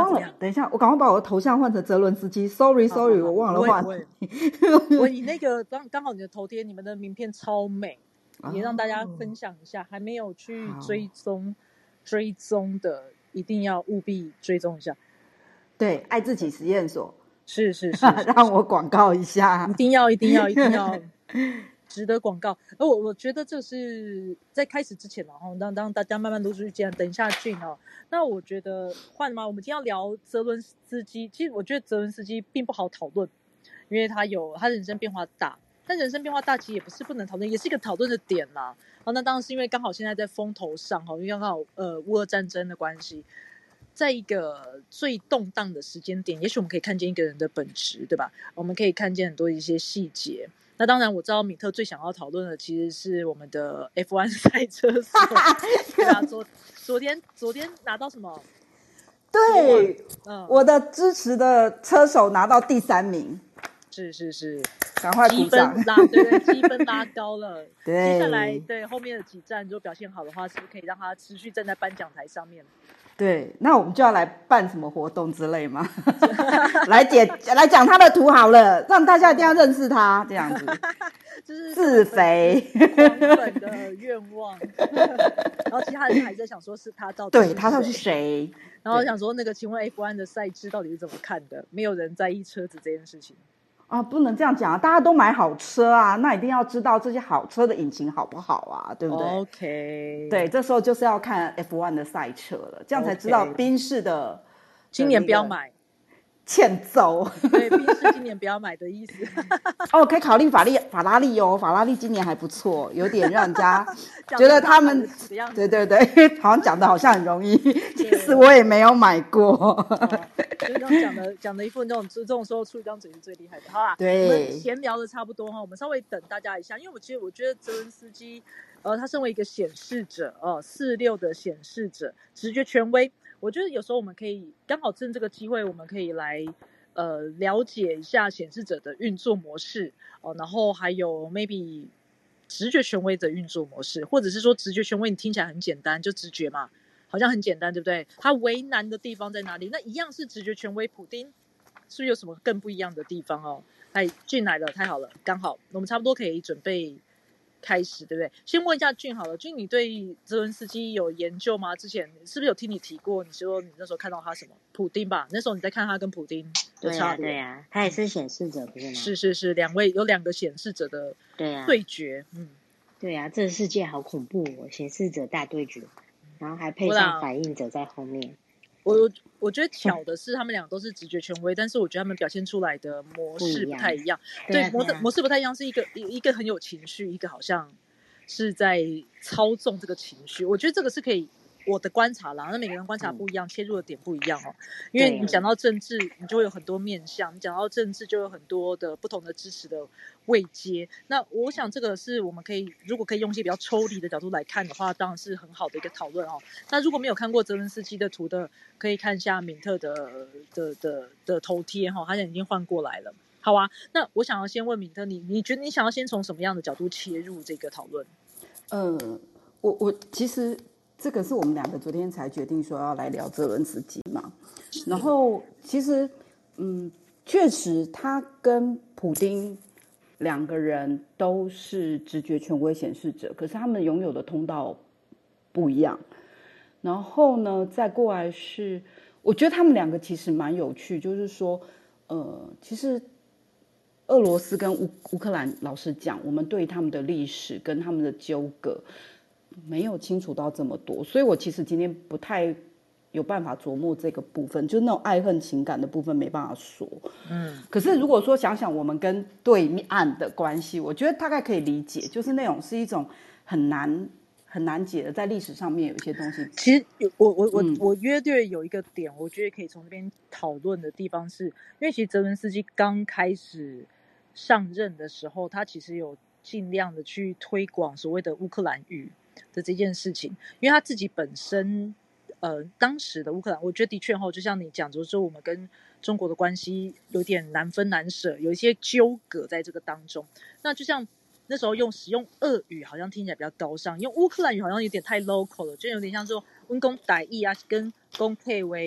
忘了，等一下，我赶快把我的头像换成泽伦斯基。Sorry， 我忘了换。 你那个刚好你的头贴，你们的名片超美，也让大家分享一下。还没有去追踪的，一定要务必追踪一下。 对，爱自己实验所是让我广告一下， 一定要值得广告。而我觉得这是在开始之前让大家慢慢陆续这样。等一下俊那我觉得换吗？我们今天要聊泽伦斯基。其实我觉得泽伦斯基并不好讨论，因为他人生变化大，但人生变化大其实也不是不能讨论，也是一个讨论的点啦。那当然是因为刚好现在在风头上因为刚好乌俄战争的关系，在一个最动荡的时间点，也许我们可以看见一个人的本质，对吧？我们可以看见很多一些细节。那当然我知道米特最想要讨论的其实是我们的 F1 赛车手对啊，昨天拿到什么？ 对，我的支持的车手拿到第3名， 是， 赶快鼓掌， 积分拉高了。 对， 接下来对后面的几站如果表现好的话，是不是可以让他持续站在颁奖台上面？ 对，那我们就要来办什么活动之类吗？来讲他的图好了，让大家一定要认识他，这样子。 就是自肥狂粉的愿望。然后其他人还在想说是他到底是谁， 对，他到底是谁？ 然后想说请问 F1 的赛制到底是怎么看的？没有人在意车子这件事情啊，不能这样讲啊！大家都买好车啊，那一定要知道这些好车的引擎好不好啊，对不对 ？OK， 对，这时候就是要看 F1 的赛车了，这样才知道宾士的今年不要买， 欠揍。 对，宾士今年不要买的意思。 可以考虑法拉利哦，法拉利今年还不错，有点让人家觉得他们对，好像讲的好像很容易，其实我也没有买过。 就是讲的一副这种时候出一张嘴是最厉害的，好啦。 对， 我们闲聊的差不多我们稍微等大家一下，因为我觉得泽伦斯基他身为一个显示者46的显示者，直觉权威，我觉得有时候我们可以刚好趁这个机会，我们可以来了解一下显示者的运作模式然后还有 maybe 直觉权威的运作模式，或者是说直觉权威你听起来很简单，就直觉嘛，好像很简单，对不对？它为难的地方在哪里？那一样是直觉权威，普丁是不是有什么更不一样的地方进来了，太好了，刚好我们差不多可以准备开始，对不对？先问一下俊好了，俊，你对泽伦斯基有研究吗？之前是不是有听你提过？你说你那时候看到他什么？普丁吧？那时候你在看他跟普丁的差别？ 对啊，他也是显示者，不是吗？ 是，有2个显示者的对决。 对啊，这个世界好恐怖显示者大对决，然后还配上反应者在后面。 我觉得巧的是他们俩都是直觉权威，但是我觉得他们表现出来的模式不太一样。对，模式不太一样，是一个很有情绪，一个好像是在操纵这个情绪。我觉得这个是可以我的观察啦，那每个人观察不一样，切入的点不一样因为你讲到政治，你就会有很多面向；你讲到政治，就有很多的不同的支持的位阶。那我想这个是我们如果可以用一些比较抽离的角度来看的话，当然是很好的一个讨论那如果没有看过泽伦斯基的图的，可以看一下敏特的头贴他现在已经换过来了。好啊，那我想要先问敏特，你觉得你想要先从什么样的角度切入这个讨论？ 我其实这个是我们2个昨天才决定说要来聊泽伦斯基嘛，然后其实确实他跟普丁2个人都是直觉权威显示者，可是他们拥有的通道不一样。然后呢，再过来是我觉得他们2个其实蛮有趣，就是说其实俄罗斯跟乌克兰，老实讲，我们对他们的历史跟他们的纠葛没有清楚到这么多，所以我其实今天不太有办法琢磨这个部分，就是那种爱恨情感的部分没办法说。可是如果说想想我们跟对岸的关系，我觉得大概可以理解，就是那种是一种很难解的，在历史上面有一些东西。 其实我约略有一个点，我觉得可以从这边讨论的地方是，因为其实泽伦斯基刚开始上任的时候，他其实有尽量的去推广所谓的乌克兰语的这件事情，因为他自己本身当时的乌克兰，我觉得的确就像你讲，就是说我们跟中国的关系有点难分难舍，有一些纠葛在这个当中。那就像那时候使用俄语好像听起来比较高尚，用乌克兰语好像有点太 local 了，就有点像说温公歹意啊，跟公配为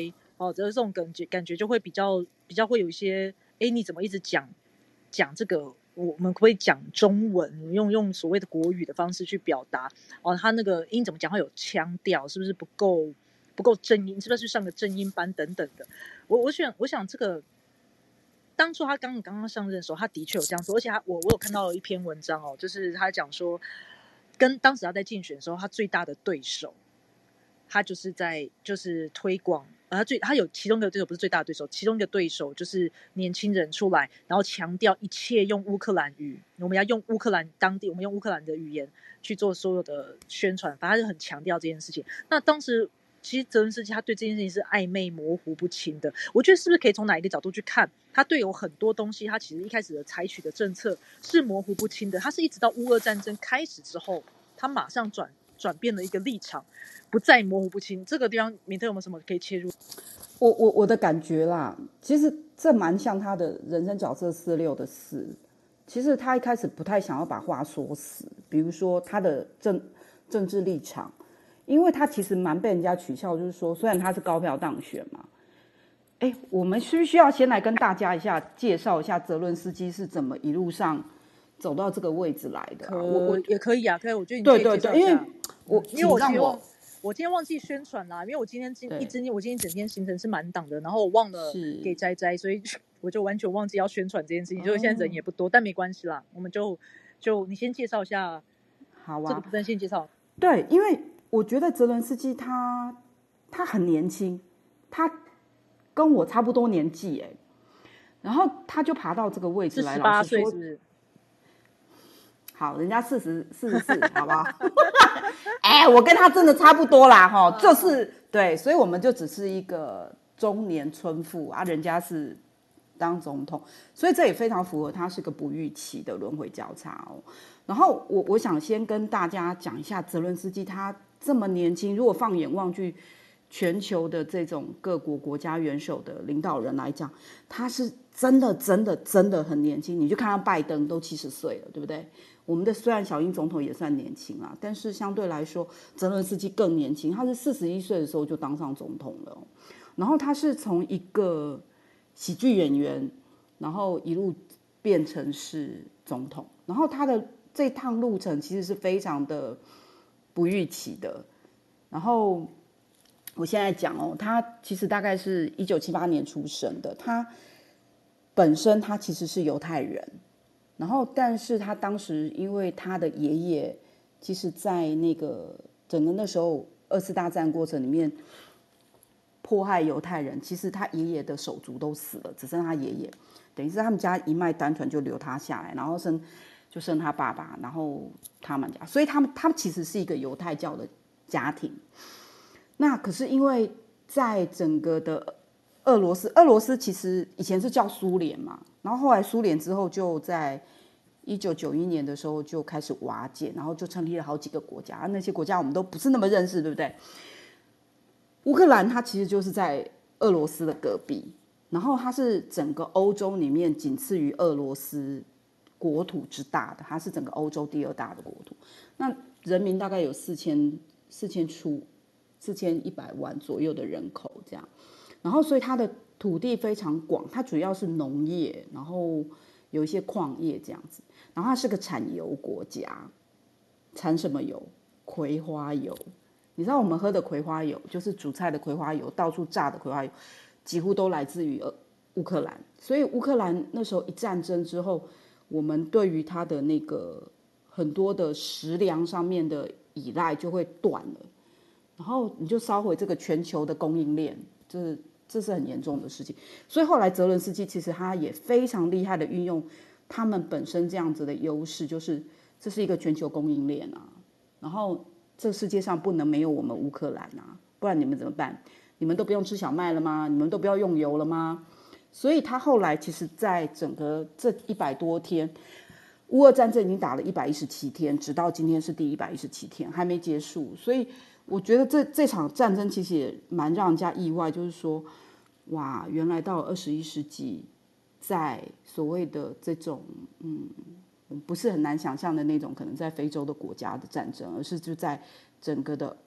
这种感觉就会比较会有一些，你怎么一直讲这个？我们可不可以讲中文，用所谓的国语的方式去表达？他那个音怎么讲话有腔调，是不是不够正音？是不是去上个正音班等等的？我想这个。当初他刚刚上任的时候，他的确有这样做，而且我有看到一篇文章就是他讲说，跟当时他在竞选的时候，他最大的对手，他就是推广，他有其中的对手不是最大的对手，其中一个对手就是年轻人出来，然后强调一切用乌克兰语，我们要用乌克兰我们用乌克兰的语言去做所有的宣传，反正他就很强调这件事情。那当时。其实泽伦斯基他对这件事情是暧昧模糊不清的，我觉得是不是可以从哪一个角度去看，他对有很多东西他其实一开始的采取的政策是模糊不清的，他是一直到乌俄战争开始之后他马上转变了一个立场，不再模糊不清。这个地方明特有没有什么可以切入？ 我的感觉啦，其实这蛮像他的人生角色46的事。其实他一开始不太想要把话说死，比如说他的政治立场，因为他其实蛮被人家取笑，就是说虽然他是高票当选嘛，我们需不需要先来跟大家介绍一下泽伦斯基是怎么一路上走到这个位置来的？ 我也可以啊，可以，我觉得你可以介绍一下。因为我今天忘记宣传啦，因为我今天整天行程是满档的，然后我忘了给摘，所以我就完全忘记要宣传这件事情。所以现在人也不多，但没关系啦，我们就你先介绍一下， 好啊， 这个部分先介绍。 对，因为我觉得泽伦斯基他很年轻，他跟我差不多年纪然后他就爬到这个位置来， 是18岁是不是？ 好，人家44，好不好？我跟他真的差不多啦，哈，就是对，所以我们就只是一个中年村妇啊，人家是当总统，所以这也非常符合他是个不预期的轮回交叉然后我想先跟大家讲一下泽伦斯基，他这么年轻，如果放眼望去全球的这种各国国家元首的领导人来讲，他是真的很年轻。你就看到拜登都70岁了，对不对？我们的虽然小英总统也算年轻啦，但是相对来说，泽伦斯基更年轻。他是41岁的时候就当上总统了然后他是从一个喜剧演员，然后一路变成是总统。然后他的这趟路程其实是非常的不预期的。然后我现在讲他其实大概是1978年出生的，他本身他其实是犹太人。然后，但是他当时因为他的爷爷，其实在那个整个那时候2次大战过程里面迫害犹太人，其实他爷爷的手足都死了，只剩他爷爷，等于是他们家一脉单传就留他下来，然后就生他爸爸，然后他们家，所以他们其实是一个犹太教的家庭。那可是因为在整个的俄罗斯其实以前是叫苏联嘛，然后后来苏联之后就在1991年的时候就开始瓦解，然后就成立了好几个国家，那些国家我们都不是那么认识，对不对？乌克兰它其实就是在俄罗斯的隔壁，然后它是整个欧洲里面仅次于俄罗斯国土之大的，它是整个欧洲第2大的国土。那人民大概有4100万左右的人口这样，然后所以它的土地非常广，它主要是农业，然后有一些矿业这样子。然后它是个产油国家，产什么油？葵花油。你知道我们喝的葵花油，就是煮菜的葵花油，到处榨的葵花油，几乎都来自于乌克兰。所以乌克兰那时候一战争之后，我们对于它的那个很多的食粮上面的依赖就会断了，然后你就烧毁这个全球的供应链，这是很严重的事情。所以后来泽伦斯基其实他也非常厉害的运用他们本身这样子的优势，就是这是一个全球供应链啊，然后这世界上不能没有我们乌克兰啊，不然你们怎么办？你们都不用吃小麦了吗？你们都不要用油了吗？所以他后来其实在整个这100多天，乌俄战争已经打了117天，直到今天是第117天，还没结束。所以我觉得这场战争其实也蛮让人家意外，就是说，哇，原来到了21世纪，在所谓的这种不是很难想象的那种可能在非洲的国家的战争，而是就在整个的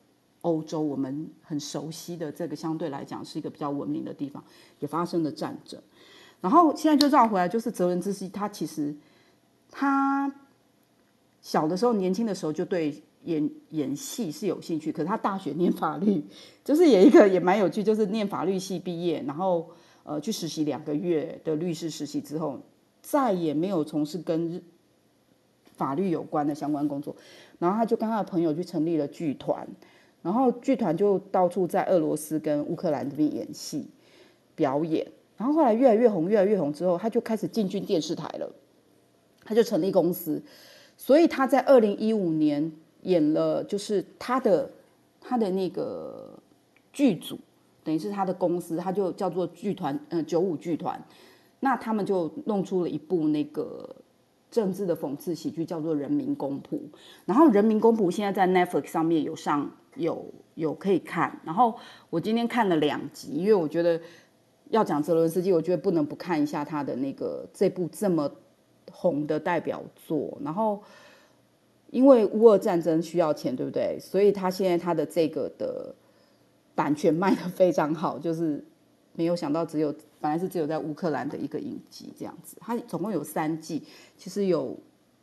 欧洲我们很熟悉的这个相对来讲是一个比较文明的地方，也发生了战争。然后现在就绕回来，就是泽伦斯基他其实他小的时候年轻的时候就对演戏是有兴趣，可是他大学念法律，就是有一个也蛮有趣，就是念法律系毕业，然后去实习2个月的律师实习之后，再也没有从事跟法律有关的相关工作，然后他就跟他的朋友去成立了剧团，然后剧团就到处在俄罗斯跟乌克兰这边演戏表演，然后后来越来越红，越来越红之后，他就开始进军电视台了，他就成立公司，所以他在2015年演了，就是他的那个剧组，等于是他的公司，他就叫做剧团，95剧团，那他们就弄出了一部那个政治的讽刺喜剧，叫做《人民公仆》。然后《人民公仆》现在在 Netflix 上面有可以看。然后我今天看了2集，因为我觉得要讲泽伦斯基，我觉得不能不看一下他的这部这么红的代表作。然后因为乌俄战争需要钱，对不对？所以他现在他的这个的版权卖得非常好，就是没有想到本来是只有在乌克兰的一个影集这样子。它总共有3季，其实有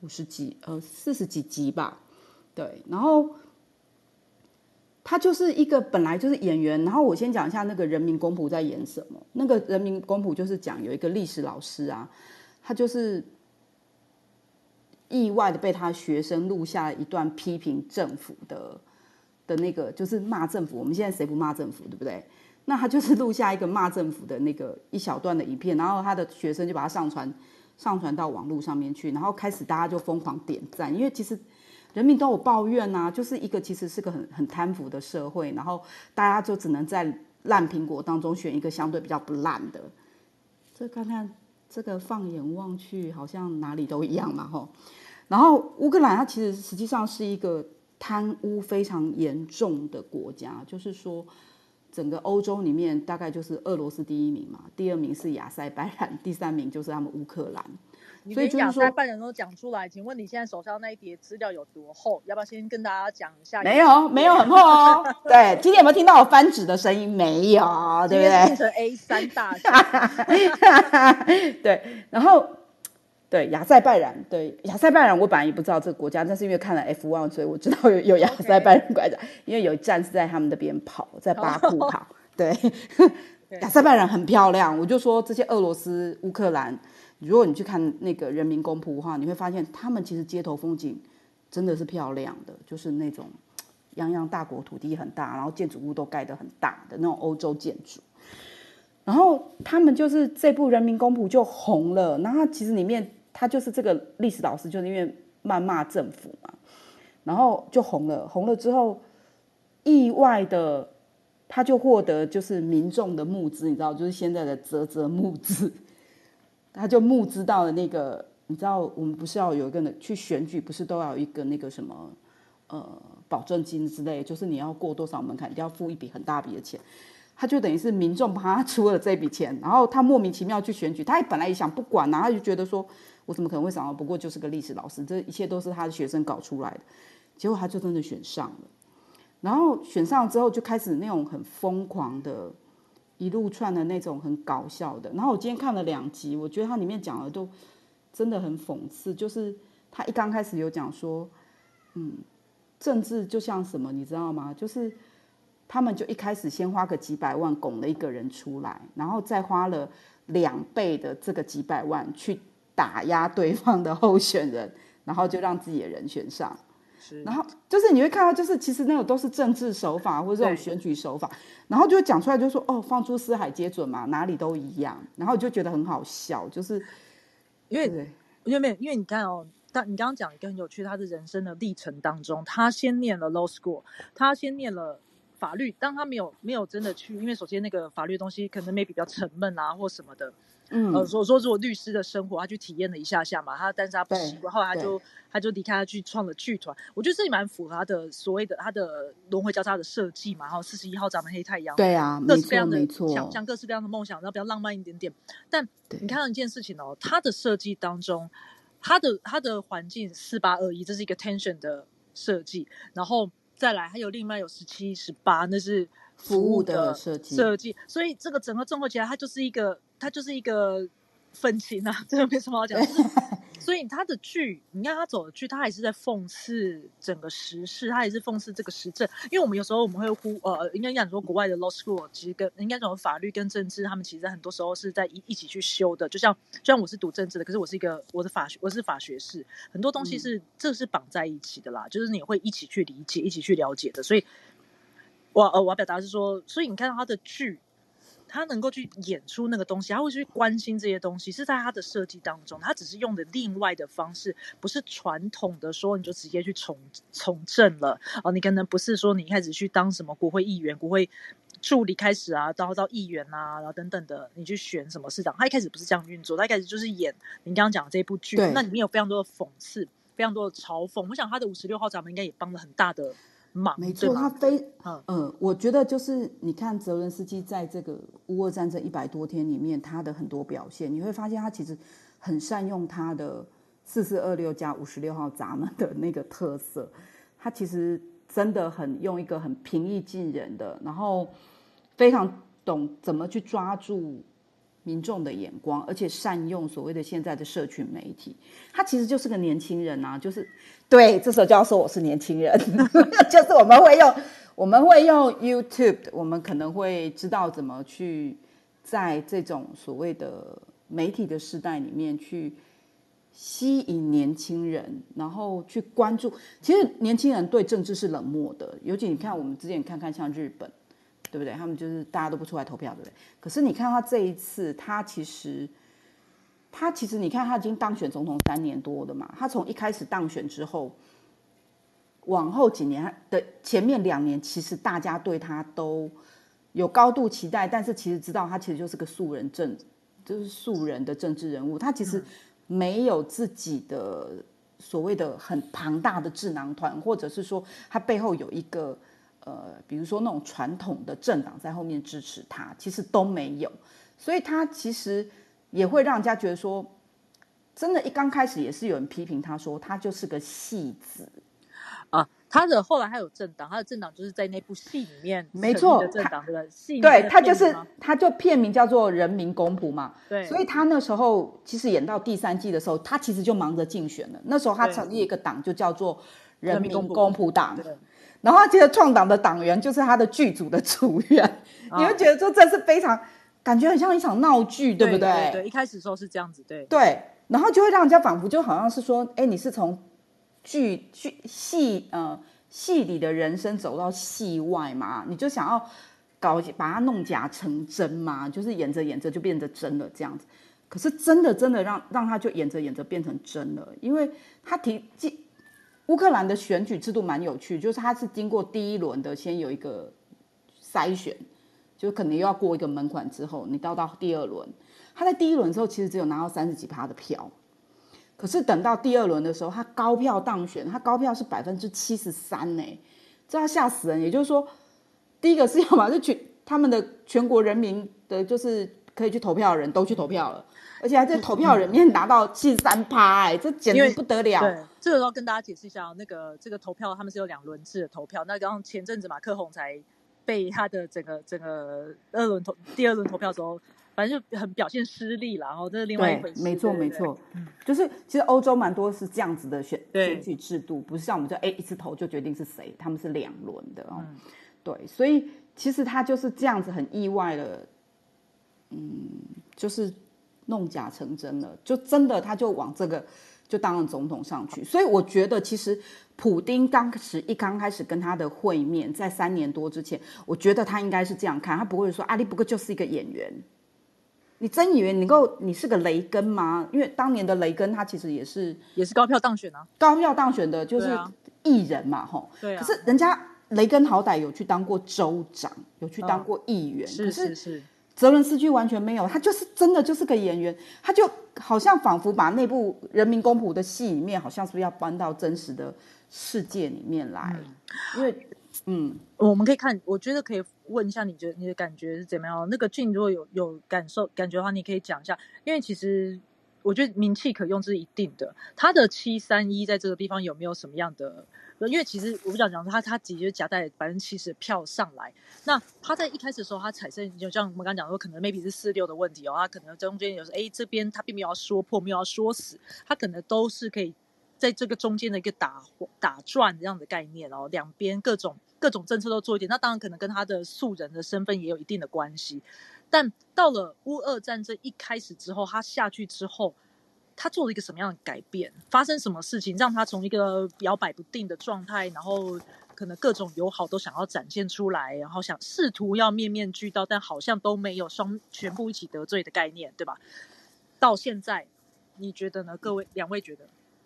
40几集吧，对。然后他就是一个本来就是演员，然后我先讲一下那个人民公仆在演什么。那个人民公仆就是讲有一个历史老师啊，他就是意外的被他学生录下一段批评政府的那个，就是骂政府。我们现在谁不骂政府，对不对？那他就是录下一个骂政府的那个一小段的影片，然后他的学生就把它上传到网络上面去，然后开始大家就疯狂点赞，因为其实人民都有抱怨啊，就是一个其实是个很贪腐的社会，然后大家就只能在烂苹果当中选一个相对比较不烂的。这看看这个放眼望去，好像哪里都一样嘛，吼。然后乌克兰它其实实际上是一个贪污非常严重的国家，就是说整个欧洲里面大概就是俄罗斯第1名嘛，第2名是亚塞拜然，第3名就是他们乌克兰。 你连亚塞拜然都讲出来，请问你现在手上那一叠资料有多厚？要不要先跟大家讲一下？ 没有很厚哦。对，今天有没有听到我翻纸的声音？没有，对不对？ 变成 A3 大小。 对，然后对亚塞拜然，我本来也不知道这个国家，但是因为看了 F1，所以我知道有亚塞拜然国家，因为有一站是在他们那边跑，在巴库跑。对，亚塞拜然很漂亮，我就说这些俄罗斯、乌克兰。如果你去看那个人民公仆的话，你会发现他们其实街头风景真的是漂亮的，就是那种泱泱大国，土地很大，然后建筑物都盖得很大的那种欧洲建筑。然后他们就是这部人民公仆就红了，然后其实里面他就是这个历史老师，就是因为谩骂政府嘛，然后就红了。红了之后，意外的他就获得就是民众的募资，你知道，就是现在的啧募资。他就募资到了那个，你知道我们不是要有一个去选举，不是都要有一个那个什么保证金之类，就是你要过多少门槛，一定要付一笔很大笔的钱。他就等于是民众帮他出了这笔钱，然后他莫名其妙去选举，他本来也想不管啊，他就觉得说我怎么可能会想到，不过就是个历史老师，这一切都是他的学生搞出来的。结果他就真的选上了，然后选上之后就开始那种很疯狂的一路串的那种很搞笑的。然后我今天看了2集，我觉得它里面讲的都真的很讽刺。就是他一刚开始有讲说，政治就像什么，你知道吗？就是他们就一开始先花个几百万拱了一个人出来，然后再花了2倍的这个几百万去打压对方的候选人，然后就让自己的人选上。然后就是你会看到，就是其实那种都是政治手法或者这种选举手法，然后就会讲出来，就说放诸四海皆准嘛，哪里都一样，然后就觉得很好笑，就是因为你看哦，你刚刚讲一个很有趣，他的人生的历程当中，他先念了 law school， 他先念了法律，但他没有真的去，因为首先那个法律的东西可能 maybe 比较沉闷啊或什么的。所以说如果律师的生活他去体验了一下嘛，但是他不习惯，后来他就离开，他去创了剧团。我觉得这也蛮符合他的所谓的他的轮回交叉的设计嘛，然后41号闸门黑太阳， 对啊， 各式各样的没错， 想象，各式各样的梦想，然后比较浪漫一点点。但你看到一件事情哦，他的设计当中，他的环境4821，这是一个 tension 的设计，然后再来还有另外有17、18，那是服务的的设计，所以这个整个综合起来，它就是一个愤青啊，这个没什么好讲。所以他的剧，你看他走的剧，他还是在讽刺整个时事，他也是讽刺这个时政。因为我们有时候我们会应该讲说国外的 law school 其实跟应该讲法律跟政治，他们其实在很多时候是在一起去修的。就像我是读政治的，可是我是法学士，很多东西这是绑在一起的啦，就是你会一起去理解、一起去了解的。所以我要表达是说，所以你看到他的剧。他能够去演出那个东西，他会去关心这些东西，是在他的设计当中，他只是用的另外的方式，不是传统的说你就直接去从政了你可能不是说你一开始去当什么国会议员、国会助理开始啊，到议员啊，然后等等的，你去选什么市长，他一开始不是这样运作，他一开始就是演你刚刚讲的这部剧，那里面有非常多的讽刺，非常多的嘲讽，我想他的56号闸门应该也帮了很大的忙， 没错，他我觉得就是你看泽伦斯基在这个乌俄战争100多天里面，他的很多表现，你会发现他其实很善用他的4426加56号闸门的那个特色，他其实真的很用一个很平易近人的，然后非常懂怎么去抓住民众的眼光，而且善用所谓的现在的社群媒体，他其实就是个年轻人啊，就是对，这时候就要说我是年轻人，就是我们会用 YouTube， 我们可能会知道怎么去在这种所谓的媒体的时代里面去吸引年轻人，然后去关注。其实年轻人对政治是冷漠的，尤其你看我们之前看看像日本。对不对？他们就是大家都不出来投票，对不对？可是你看他这一次，他其实你看他已经当选总统3年多的嘛，他从一开始当选之后，往后几年的前面2年，其实大家对他都有高度期待，但是其实知道他其实就是个就是素人的政治人物，他其实没有自己的所谓的很庞大的智囊团，或者是说他背后有一个。比如说那种传统的政党在后面支持他，其实都没有，所以他其实也会让人家觉得说，真的，一刚开始也是有人批评他说他就是个戏子啊。后来他有政党，他的政党就是在那部戏里面没错的政党，对不对？戏对，他就片名叫做《人民公仆》嘛， 对， 所以他那时候其实演到第3季的时候，他其实就忙着竞选了。那时候他成立一个党，就叫做人民公仆党。然后他接着创党的党员就是他的剧组的组员，你会觉得说这是非常感觉很像一场闹剧，对不对？ 对，一开始的时候是这样子，对。 然后就会让人家仿佛就好像是说，哎，你是从戏里的人生走到戏外嘛，你就想要把它弄假成真嘛，就是演着演着就变得真了这样子。可是真的让他就演着演着变成真了，因为他乌克兰的选举制度蛮有趣，就是它是经过第1轮的先有一个筛选，就可能又要过一个门槛之后，你到第2轮，他在第1轮的时候其实只有拿到30几%的票，可是等到第2轮的时候，他高票当选，他高票是73%呢，这要吓死人。也就是说，第一个是要么是他们的全国人民的，就是可以去投票的人都去投票了。而且还在投票人面拿到73%，这简直不得了。 对，这个要跟大家解释一下，这个投票他们是有2轮制的投票。那刚刚前阵子马克宏才被他的整个第二轮投票的时候，反正就很表现失利啦，然后这是另外一回事。 没错，就是其实欧洲蛮多是这样子的选举制度，不是像我们这一次投就决定是谁，他们是2轮的哦。对，所以其实他就是这样子很意外的，就是弄假成真了，就真的他就往这个就当了总统上去。所以我觉得其实普丁刚开始跟他的会面，在3年多之前，我觉得他应该是这样看，他不会说你不过就是一个演员，你真以为你是个雷根吗？因为当年的雷根他其实也是高票当选啊， 高票当选的就是艺人嘛， 对啊。 可是人家雷根好歹有去当过州长，有去当过议员， 是。 泽伦斯基完全没有，他就是真的就是个演员，他就好像仿佛把那部《人民公仆》的戏里面，好像是不是要搬到真实的世界里面来？因为我们可以看，我觉得可以问一下，你的感觉是怎么样？那个俊如果有感觉的话，你可以讲一下，因为其实我觉得名气可用是一定的，他的731在这个地方有没有什么样的？ 因为其实我不想讲，他的确夹带70%的票上来。那他在一开始的时候，他产生就像我们刚刚讲说，可能 maybe 是4-6的问题哦，他可能中间有时这边他并没有要说破，没有要说死，他可能都是可以在这个中间的一个打转这样的概念哦，两边各种政策都做一点。那当然可能跟他的素人的身份也有一定的关系。但到了乌俄战争一开始之后，他下去之后，他做了一个什么样的改变？发生什么事情让他从一个摇摆不定的状态，然后可能各种友好都想要展现出来，然后想试图要面面俱到，但好像都没有全部一起得罪的概念，对吧？到现在你觉得呢？两位觉得？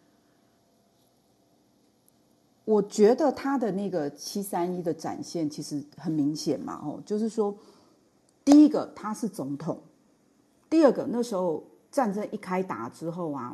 我觉得他的那个731的展现其实很明显嘛，就是说，第一个他是总统，第二个那时候战争一开打之后啊，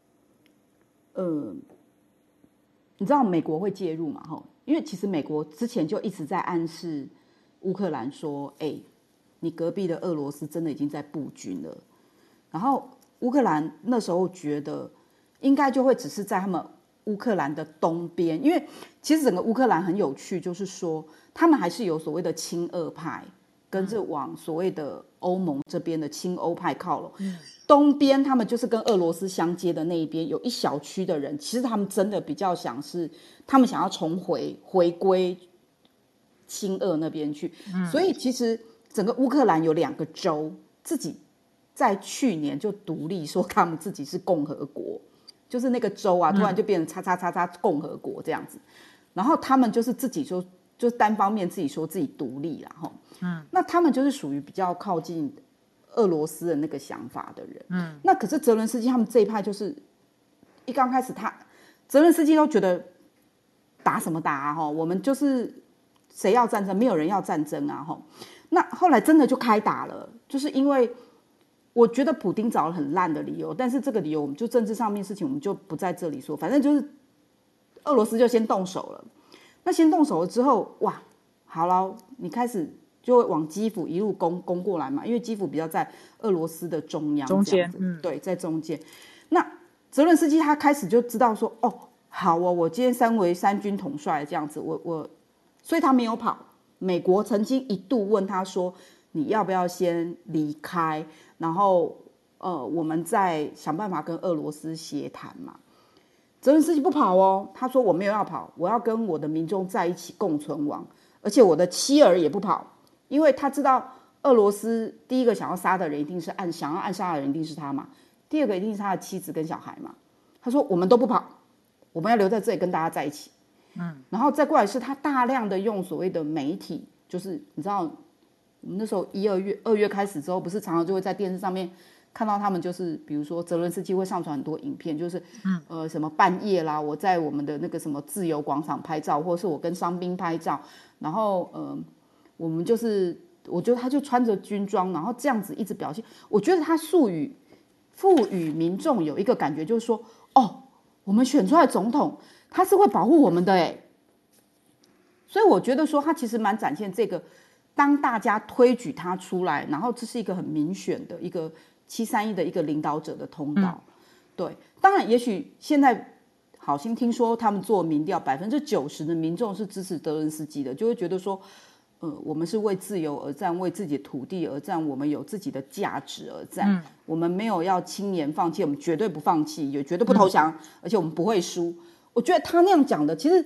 你知道美国会介入嘛，因为其实美国之前就一直在暗示乌克兰说，你隔壁的俄罗斯真的已经在布军了，然后乌克兰那时候觉得应该就会只是在他们乌克兰的东边，因为其实整个乌克兰很有趣，就是说他们还是有所谓的亲俄派，跟着往所谓的欧盟这边的亲欧派靠拢。东边他们就是跟俄罗斯相接的那一边，有一小区的人，其实他们真的比较想是他们想要重回归亲俄那边去。所以其实整个乌克兰有2个州自己在去年就独立，说他们自己是共和国。就是那个州啊，突然就变成叉叉叉叉共和国这样子，然后他们就是自己说，就是单方面自己说自己独立啦，那他们就是属于比较靠近俄罗斯的那个想法的人，那可是泽伦斯基他们这一派就是一刚开始泽伦斯基都觉得打什么打啊，我们就是谁要战争，没有人要战争啊，那后来真的就开打了，就是因为。我觉得普丁找了很烂的理由，但是这个理由我们就政治上面事情我们就不在这里说，反正就是俄罗斯就先动手了。那先动手了之后，哇，好了，你开始就会往基辅一路攻过来嘛，因为基辅比较在俄罗斯的中间，对，在中间。那泽伦斯基他开始就知道说，好哦，我今天身为3军统帅这样子，所以他没有跑。美国曾经一度问他说，你要不要先离开？然后我们再想办法跟俄罗斯协谈嘛。泽伦斯基不跑哦，他说我没有要跑，我要跟我的民众在一起共存亡，而且我的妻儿也不跑，因为他知道俄罗斯第一个想要杀的人一定是想要暗杀的人一定是他嘛，第二个一定是他的妻子跟小孩嘛。他说我们都不跑，我们要留在这里跟大家在一起。然后再过来是他大量的用所谓的媒体，就是你知道。我们那时候2月开始之后，不是常常就会在电视上面看到他们，就是比如说泽伦斯基会上传很多影片，就是什么半夜啦，我在我们的那个什么自由广场拍照，或者是我跟伤兵拍照，然后我们就是我觉得他就穿着军装，然后这样子一直表现，我觉得他赋予民众有一个感觉，就是说我们选出来总统他是会保护我们的所以我觉得说他其实蛮展现这个。当大家推举他出来，然后这是一个很民选的一个731的一个领导者的通道，对。当然，也许现在好心听说他们做民调，90%的民众是支持泽伦斯基的，就会觉得说，我们是为自由而战，为自己的土地而战，我们有自己的价值而战，我们没有要轻言放弃，我们绝对不放弃，也绝对不投降，而且我们不会输。我觉得他那样讲的，其实。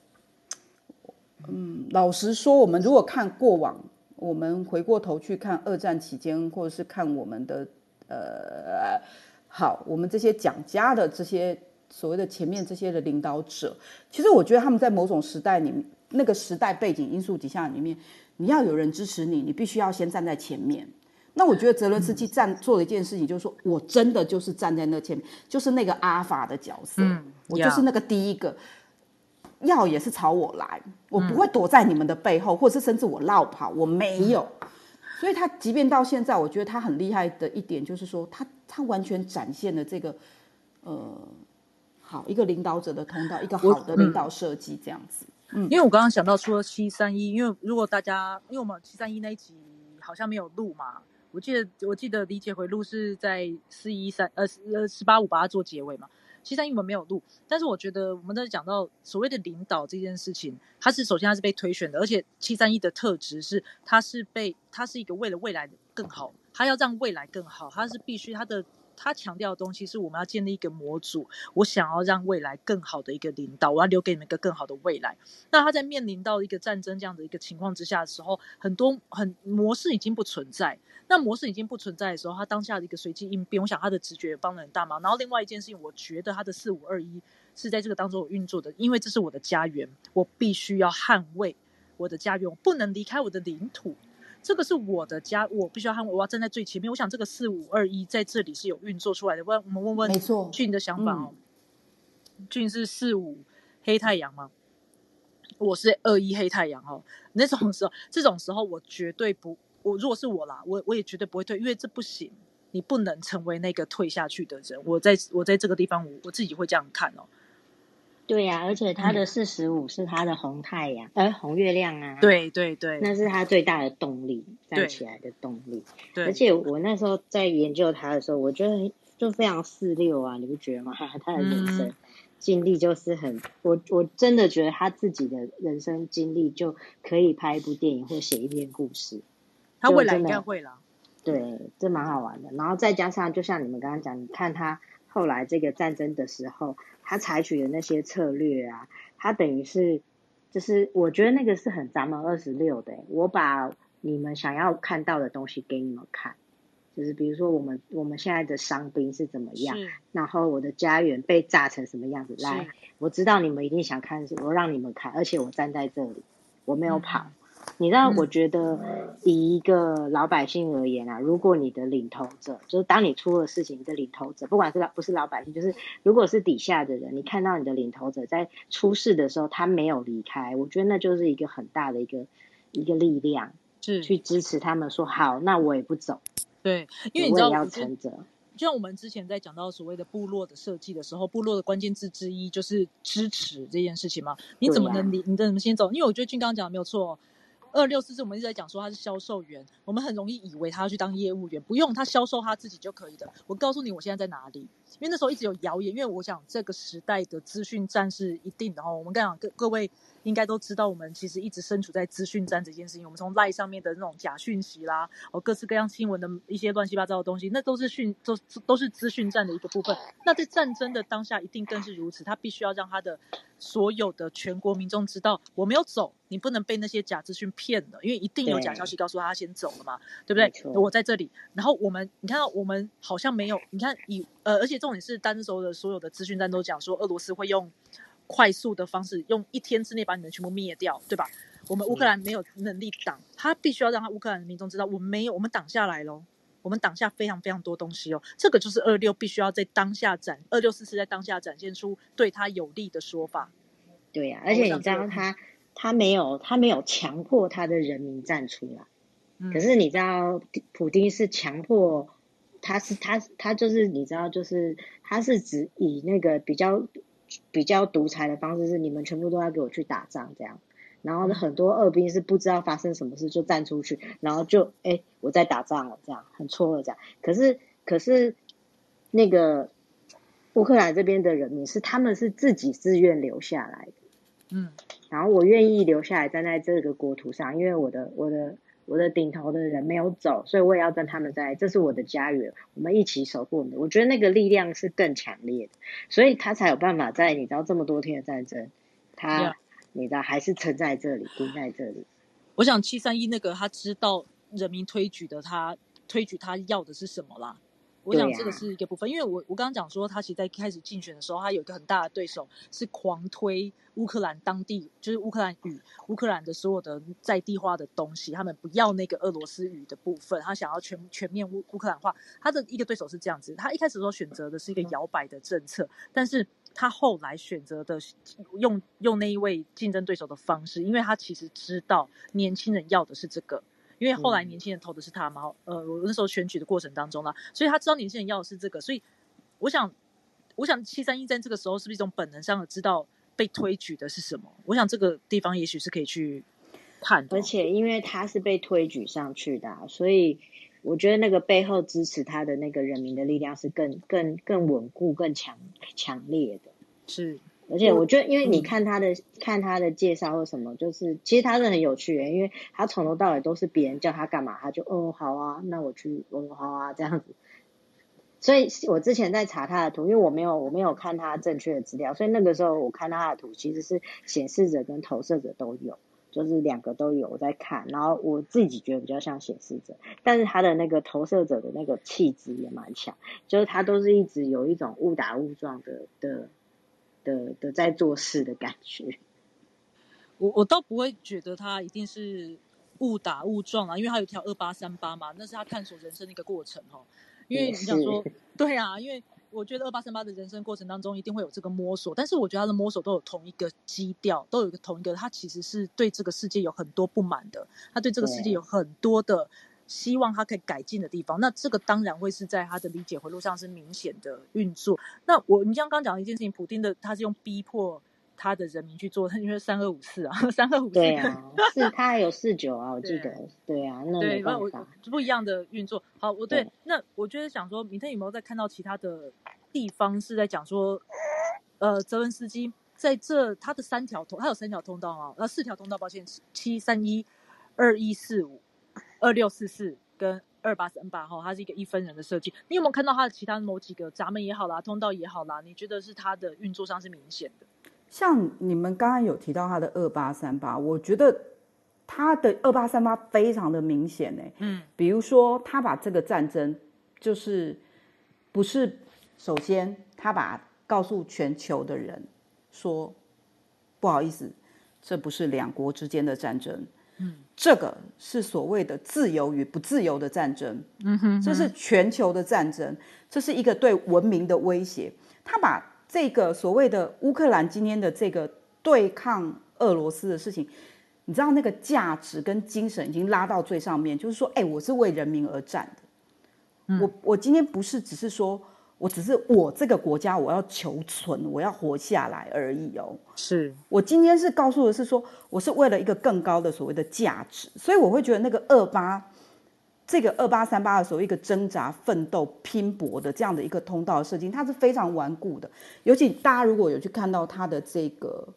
老实说，我们如果看过往，我们回过头去看二战期间，或者是看我们的我们这些讲家的这些所谓的前面这些的领导者，其实我觉得他们在某种时代里面，那个时代背景因素底下里面，你要有人支持你，你必须要先站在前面。那我觉得泽伦斯基做了一件事情，就是说我真的就是站在那前面，就是那个阿法的角色，我就是那个第一个。要也是朝我来，我不会躲在你们的背后，或者是甚至我绕跑，我没有。所以他即便到现在，我觉得他很厉害的一点就是说，他完全展现了这个一个领导者的通道，一个好的领导设计这样子。 因为我刚刚想到除了731，因为如果大家因为我们731那一集好像没有录嘛，我记得李姐回录是在41318-5把它做结尾嘛。 731我们没有录，但是我觉得我们在讲到所谓的领导这件事情，首先他是被推选的，而且731的特质是他是一个为了未来更好，他要让未来更好，他是必须他强调的东西是我们要建立一个模组，我想要让未来更好的一个领导，我要留给你们一个更好的未来。那他在面临到一个战争这样的一个情况之下的时候，很模式已经不存在。那模式已经不存在的时候，他当下的一个随机应变，我想他的直觉帮了很大忙。然后另外一件事情，我觉得他的4521是在这个当中有运作的，因为这是我的家园，我必须要捍卫我的家园，我不能离开我的领土。这个是我的家，我必须要捍卫，我要站在最前面。我想这个4521在这里是有运作出来的。不然我们问问俊的想法哦。俊是45黑太阳吗？我是21黑太阳哦。这种时候我绝对不，如果是我啦，我也绝对不会退，因为这不行，你不能成为那个退下去的人。我在这个地方，我自己会这样看哦。 对呀、而且他的45是他的红太阳，红月亮啊。 对对对， 那是他最大的动力，站起来的动力。 对， 而且我那时候在研究他的时候，我觉得就非常46啊，你不觉得吗？他的人生经历就是我真的觉得他自己的人生经历就可以拍一部电影或写一篇故事。 他未来应该会啦。 对，这蛮好玩的。然后再加上，就像你们刚刚讲，你看他后来这个战争的时候，他采取的那些策略啊，他等于是，就是我觉得那个是很咱们26的。我把你们想要看到的东西给你们看，就是比如说我们现在的伤兵是怎么样，然后我的家园被炸成什么样子。来，我知道你们一定想看，我让你们看，而且我站在这里，我没有跑。你知道，我觉得以一个老百姓而言啊，如果你的领头者，就是当你出了事情，你的领头者，不管是不是老百姓，就是如果是底下的人，你看到你的领头者在出事的时候，他没有离开，我觉得那就是一个很大的一个力量，去支持他们说好，那我也不走。 对，因为你知道， 我也要撑着。 就像我们之前在讲到所谓的部落的设计的时候，部落的关键字之一就是支持这件事情嘛。你怎么能你怎么先走？因为我觉得俊刚讲的没有错。264我们一直在讲说他是销售员，我们很容易以为他要去当业务员，不用，他销售他自己就可以的。我告诉你我现在在哪里，因为那时候一直有谣言，因为我想这个时代的资讯战是一定的我们刚讲各位应该都知道，我们其实一直身处在资讯战这件事情。我们从 LINE 上面的那种假讯息啦，各式各样新闻的一些乱七八糟的东西，那都是资讯战的一个部分。那在战争的当下一定更是如此，他必须要让他的所有的全国民众知道，我没有走，你不能被那些假资讯骗了，因为一定有假消息告诉他先走了嘛，对不对？我在这里，然后你看到我们好像没有，你看而且重点是当时的所有的资讯站都讲说，俄罗斯会用快速的方式，用1天之内把你们全部灭掉，对吧？我们乌克兰没有能力挡，他必须要让他乌克兰的民众知道，我们没有，我们挡下来咯，我们挡下非常非常多东西这个就是26必须要在当下264是在当下展现出对他有利的说法。 对呀，而且你知道他没有强迫他的人民站出来，可是你知道普丁是强迫，他就是你知道，就是他是指以那个比较独裁的方式，是你们全部都要给我去打仗这样。然后很多俄兵是不知道发生什么事就站出去，然后就我在打仗了这样，很错愕这样。可是那个乌克兰这边的人民他们是自己自愿留下来的，然后我愿意留下来站在这个国土上，因为我的顶头的人没有走，所以我也要跟他们在，这是我的家园，我们一起守护你。我觉得那个力量是更强烈的，所以他才有办法在你知道这么多天的战争，他你知道还是撑在这里，盯在这里。 我想731那个他知道人民推举他要的是什么啦。我想这个是一个部分，因为我刚刚讲说，他其实在开始竞选的时候，他有一个很大的对手是狂推乌克兰当地，就是乌克兰语、乌克兰的所有的在地化的东西，他们不要那个俄罗斯语的部分，他想要全面乌克兰化。他的一个对手是这样子，他一开始的时候选择的是一个摇摆的政策，但是他后来选择的用那一位竞争对手的方式，因为他其实知道年轻人要的是这个。因为后来年轻人投的是他嘛，我那时候选举的过程当中啦，所以他知道年轻人要的是这个，所以我想731在这个时候是不是一种本能上的知道被推举的是什么？我想这个地方也许是可以去看的。 而且因为他是被推举上去的所以我觉得那个背后支持他的那个人民的力量是更稳固、更强烈的。 是， 而且我觉得，因为你看他的介绍或什么，就是其实他是很有趣的，因为他从头到尾都是别人叫他干嘛，他就好啊，那我去好啊这样子。所以我之前在查他的图，因为我没有看他正确的资料，所以那个时候我看他的图其实是显示者跟投射者都有，就是两个都有在看，然后我自己觉得比较像显示者，但是他的那个投射者的那个气质也蛮强，就是他都是一直有一种误打误撞的在做事的感觉。 我倒不会觉得他一定是误打误撞啊，因为他有一条2838嘛，那是他探索人生的一个过程哦。因为你想说，对啊，因为我觉得2838的人生过程当中一定会有这个摸索，但是我觉得他的摸索都有同一个基调，都有同一个，他其实是对这个世界有很多不满的，他对这个世界有很多的希望他可以改进的地方，那这个当然会是在他的理解回路上是明显的运作。那你像刚讲的一件事情，普丁的他是用逼迫他的人民去做，因为3254啊，3254 对啊，是他还有49啊，我记得，对啊，那没办法， 不一样的运作。好，那我就是想说，明特有没有在看到其他的地方是在讲说，泽文斯基在他的他有3条通道啊，4条通道，抱歉，731、2145、2644跟2838哈，它是一个1分人的设计。你有没有看到它的其他某几个闸门也好啦，通道也好啦？你觉得是它的运作上是明显的？ 像你们刚刚有提到他的2838，我觉得他的2838非常的明显比如说他把这个战争就是不是，首先他告诉全球的人说，不好意思，这不是两国之间的战争，这个是所谓的自由与不自由的战争，这是全球的战争，这是一个对文明的威胁。他把这个所谓的乌克兰今天的这个对抗俄罗斯的事情，你知道那个价值跟精神已经拉到最上面，就是说，我是为人民而战的，我今天不是只是说我只是我这个国家我要求存，我要活下来而已哦。 是我今天是告诉的是说，我是为了一个更高的所谓的价值，所以我会觉得那个这个2838的所谓一个挣扎、奋斗、拼搏的这样的一个通道的设计，它是非常顽固的。尤其大家如果有去看到它的这个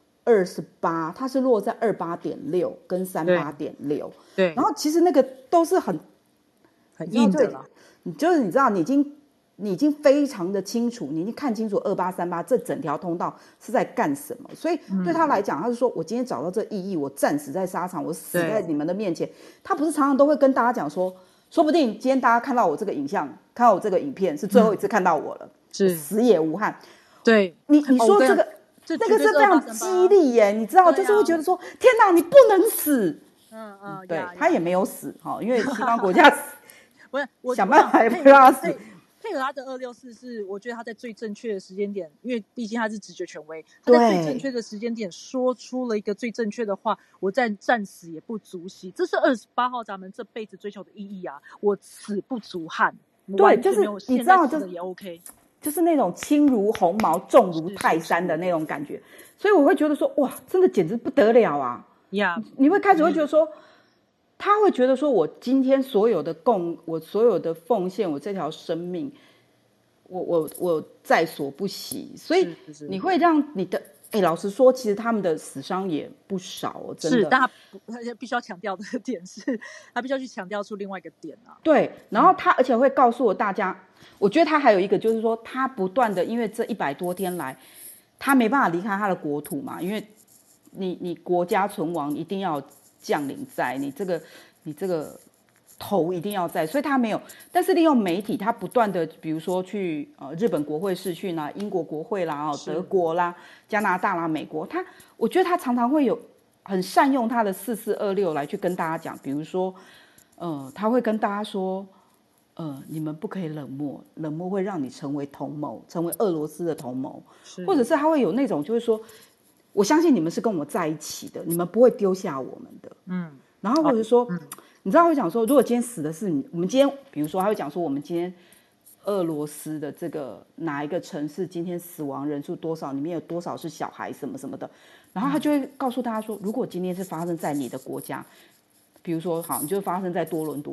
28，它是落在28.6跟38.6， 对， 然后其实那个都是很硬的了。 你知道，你已经非常的清楚，你已经看清楚2838这整条通道是在干什么。所以对他来讲，他是说我今天找到这意义，我战死在沙场，我死在你们的面前。他不是常常都会跟大家讲说，说不定今天大家看到我这个影像，看到我这个影片，是最后一次看到我了，是死也无憾。 对， 你说这个。那个是非常激励耶，你知道，就是会觉得说，天哪，你不能死。对，他也没有死哈，因为西方国家想办法也不让他死。 配合他的2644，我觉得他在最正确的时间点，因为毕竟他是直觉权威，他在最正确的时间点说出了一个最正确的话：我战死也不足惜。这是28号闸门这辈子追求的意义啊！我死不足憾。 对，就是你知道， 就是也 OK。 就是那种轻如鸿毛，重如泰山的那种感觉，所以我会觉得说，哇，真的简直不得了啊！你会开始会觉得说，他会觉得说我今天所有的我所有的奉献，我这条生命，我在所不惜，所以你会让你的。老实说，其实他们的死伤也不少哦，真的。 是，但他必须要强调的点是，他必须要去强调出另外一个点啊。 对，然后他而且会告诉大家，我觉得他还有一个就是说，他不断的，因为这100多天来，他没办法离开他的国土嘛，因为你国家存亡一定要将领在，你这个头一定要在，所以他没有。但是利用媒体，他不断的，比如说去日本国会视讯啦、英国国会啦、德国啦、加拿大啦、美国，我觉得他常常会有很善用他的4426来去跟大家讲，比如说，他会跟大家说，你们不可以冷漠，冷漠会让你成为同谋，成为俄罗斯的同谋，或者是他会有那种就是说，我相信你们是跟我在一起的，你们不会丢下我们的，然后或者说。你知道会讲说，如果今天死的是你，我们今天，比如说他会讲说，我们今天俄罗斯的这个哪一个城市今天死亡人数多少，里面有多少是小孩什么什么的，然后他就会告诉大家说，如果今天是发生在你的国家，比如说好，你就发生在多伦多，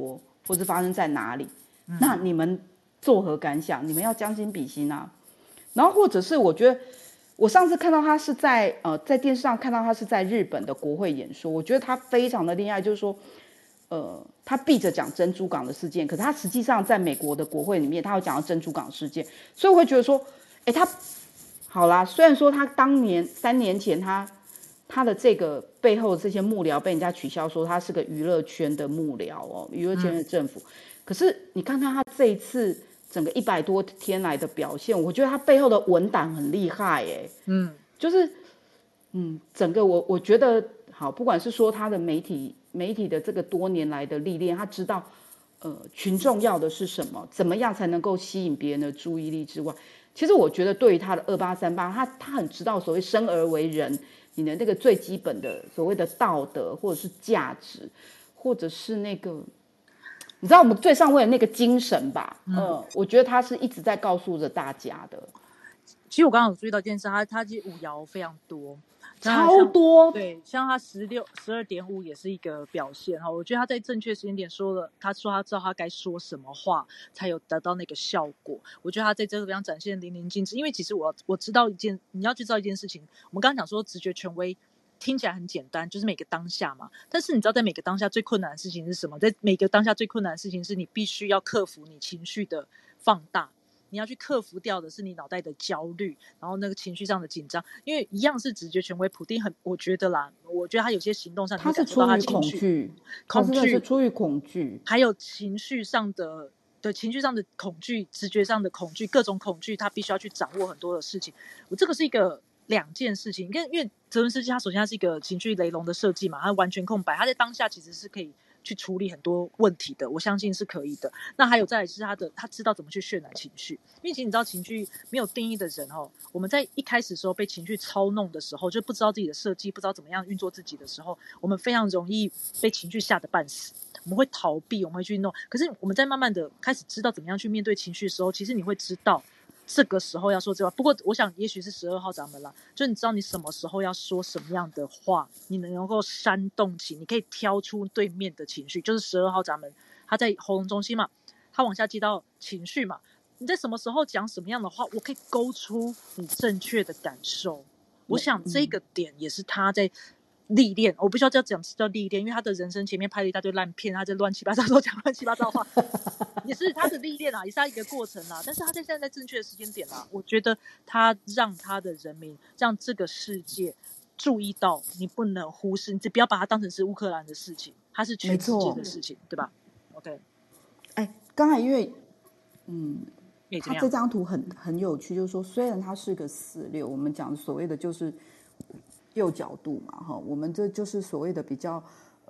或是发生在哪里？那你们作何感想？你们要将心比心啊。然后或者是我觉得，我上次看到他是在电视上看到他是在日本的国会演说，我觉得他非常的厉害，就是说，他避着讲珍珠港的事件，可是他实际上在美国的国会里面，他有讲到珍珠港事件，所以我会觉得说，他好啦，虽然说他当年3年前他的这个背后这些幕僚被人家取消说他是个娱乐圈的幕僚哦，娱乐圈的政府，可是你看看他这一次整个100多天来的表现，我觉得他背后的文胆很厉害耶，就是整个我觉得好，不管是说他的媒体的这个多年来的历练，他知道群众要的是什么，怎么样才能够吸引别人的注意力之外，其实我觉得对于他的2838，他很知道所谓生而为人，你的那个最基本的所谓的道德或者是价值，或者是那个你知道我们最上位的那个精神吧，我觉得他是一直在告诉着大家的。 其实我刚刚有注意到一件事，他其实舞谣非常多， 超多。 对，像他12.5也是一个表现哈。我觉得他在正确时间点说了，他说他知道他该说什么话，才有得到那个效果。我觉得他在这个地方展现淋漓尽致。因为其实我知道你要去知道一件事情，我们刚刚讲说直觉权威听起来很简单，就是每个当下嘛。但是你知道在每个当下最困难的事情是什么？在每个当下最困难的事情是你必须要克服你情绪的放大。你要去克服掉的是你脑袋的焦虑，然后那个情绪上的紧张，因为一样是直觉权威，普丁我觉得他有些行动上他是出于恐惧，是出于恐惧， 还有情绪上的恐惧，直觉上的恐惧，各种恐惧，他必须要去掌握很多的事情。我这个是两件事情，因为泽伦斯基他首先他是一个情绪雷龙的设计嘛，他完全空白，他在当下其实是可以去处理很多问题的，我相信是可以的。那还有再来是他知道怎么去渲染情绪，因为其实你知道情绪没有定义的人我们在一开始的时候被情绪操弄的时候，就不知道自己的设计，不知道怎么样运作自己的时候，我们非常容易被情绪吓得半死，我们会逃避，我们会去弄。可是我们在慢慢的开始知道怎么样去面对情绪的时候，其实你会知道这个时候要说这话。不过我想也许是12号闸门啦，就你知道你什么时候要说什么样的话，你能够煽动起，你可以挑出对面的情绪，就是12号闸门，它在喉咙中心嘛，它往下接到情绪嘛，你在什么时候讲什么样的话，我可以勾出你正确的感受。我想这个点也是他在历练，我不需要讲叫历练，因为他的人生前面拍了一大堆烂片，他在乱七八糟都讲乱七八糟的话，也是他的历练啦，也是他一个过程啦。但是他现在在正确的时间点啦，我觉得他让他的人民，让这个世界注意到，你不能忽视，你不要把它当成是乌克兰的事情，它是全世界的事情，对吧 ？OK。 刚才因为他这张图很有趣，就是说虽然它是个4:6，我们讲所谓的就是右角度嘛，我们这就是所谓的比较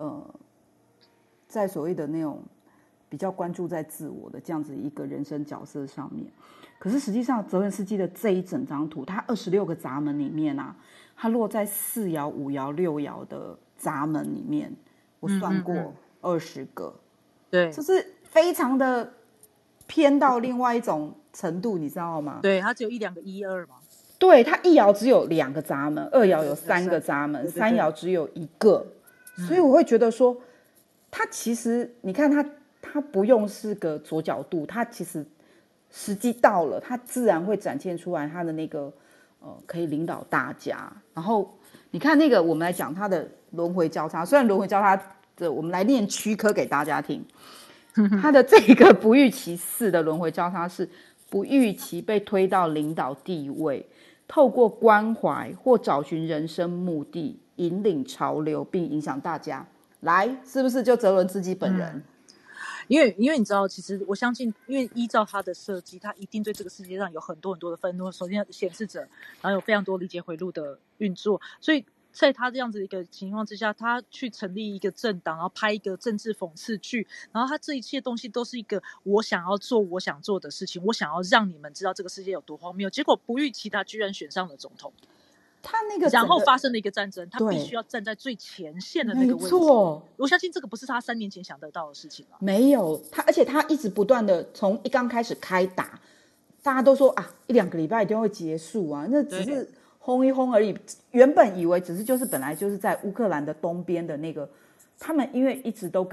在所谓的那种比较关注在自我的这样子一个人生角色上面。可是实际上泽伦斯基的这一整张图，他26个闸门里面啊，他落在4爻、5爻、6爻的闸门里面，我算过20个， 对， 就是非常的偏到另外一种程度，你知道吗？ 对，它只有1、2个1、2嘛。 对，它1爻只有2个闸门，2爻有3个闸门，3爻只有1个，所以我会觉得说，它其实你看它不用是个左角度，它其实时机到了，它自然会展现出来它的那个可以领导大家。然后你看那个，我们来讲它的轮回交叉，虽然轮回交叉的我们来念区科给大家听，它的这个不预期4的轮回交叉是不预期被推到领导地位，透过关怀或找寻人生目的，引领潮流并影响大家。来，是不是就泽伦斯基本人？ 因为你知道，其实我相信，因为依照他的设计，他一定对这个世界上有很多很多的愤怒。首先，显示者，然后有非常多理解回路的运作，所以在他这样子一个情况之下，他去成立一个政党，然后拍一个政治讽刺剧，然后他这一切东西都是一个我想要做我想做的事情，我想要让你们知道这个世界有多荒谬。结果不预期他居然选上了总统。 他那个然后发生了一个战争，他必须要站在最前线的那个位置。没错，我相信这个不是他3年前想得到的事情了。 没有他，而且他一直不断的从一刚开始开打，大家都说啊，1、2个礼拜一定会结束啊，那只是轰一轰而已。原本以为只是就是本来就是在乌克兰的东边的那个，他们因为一直都跟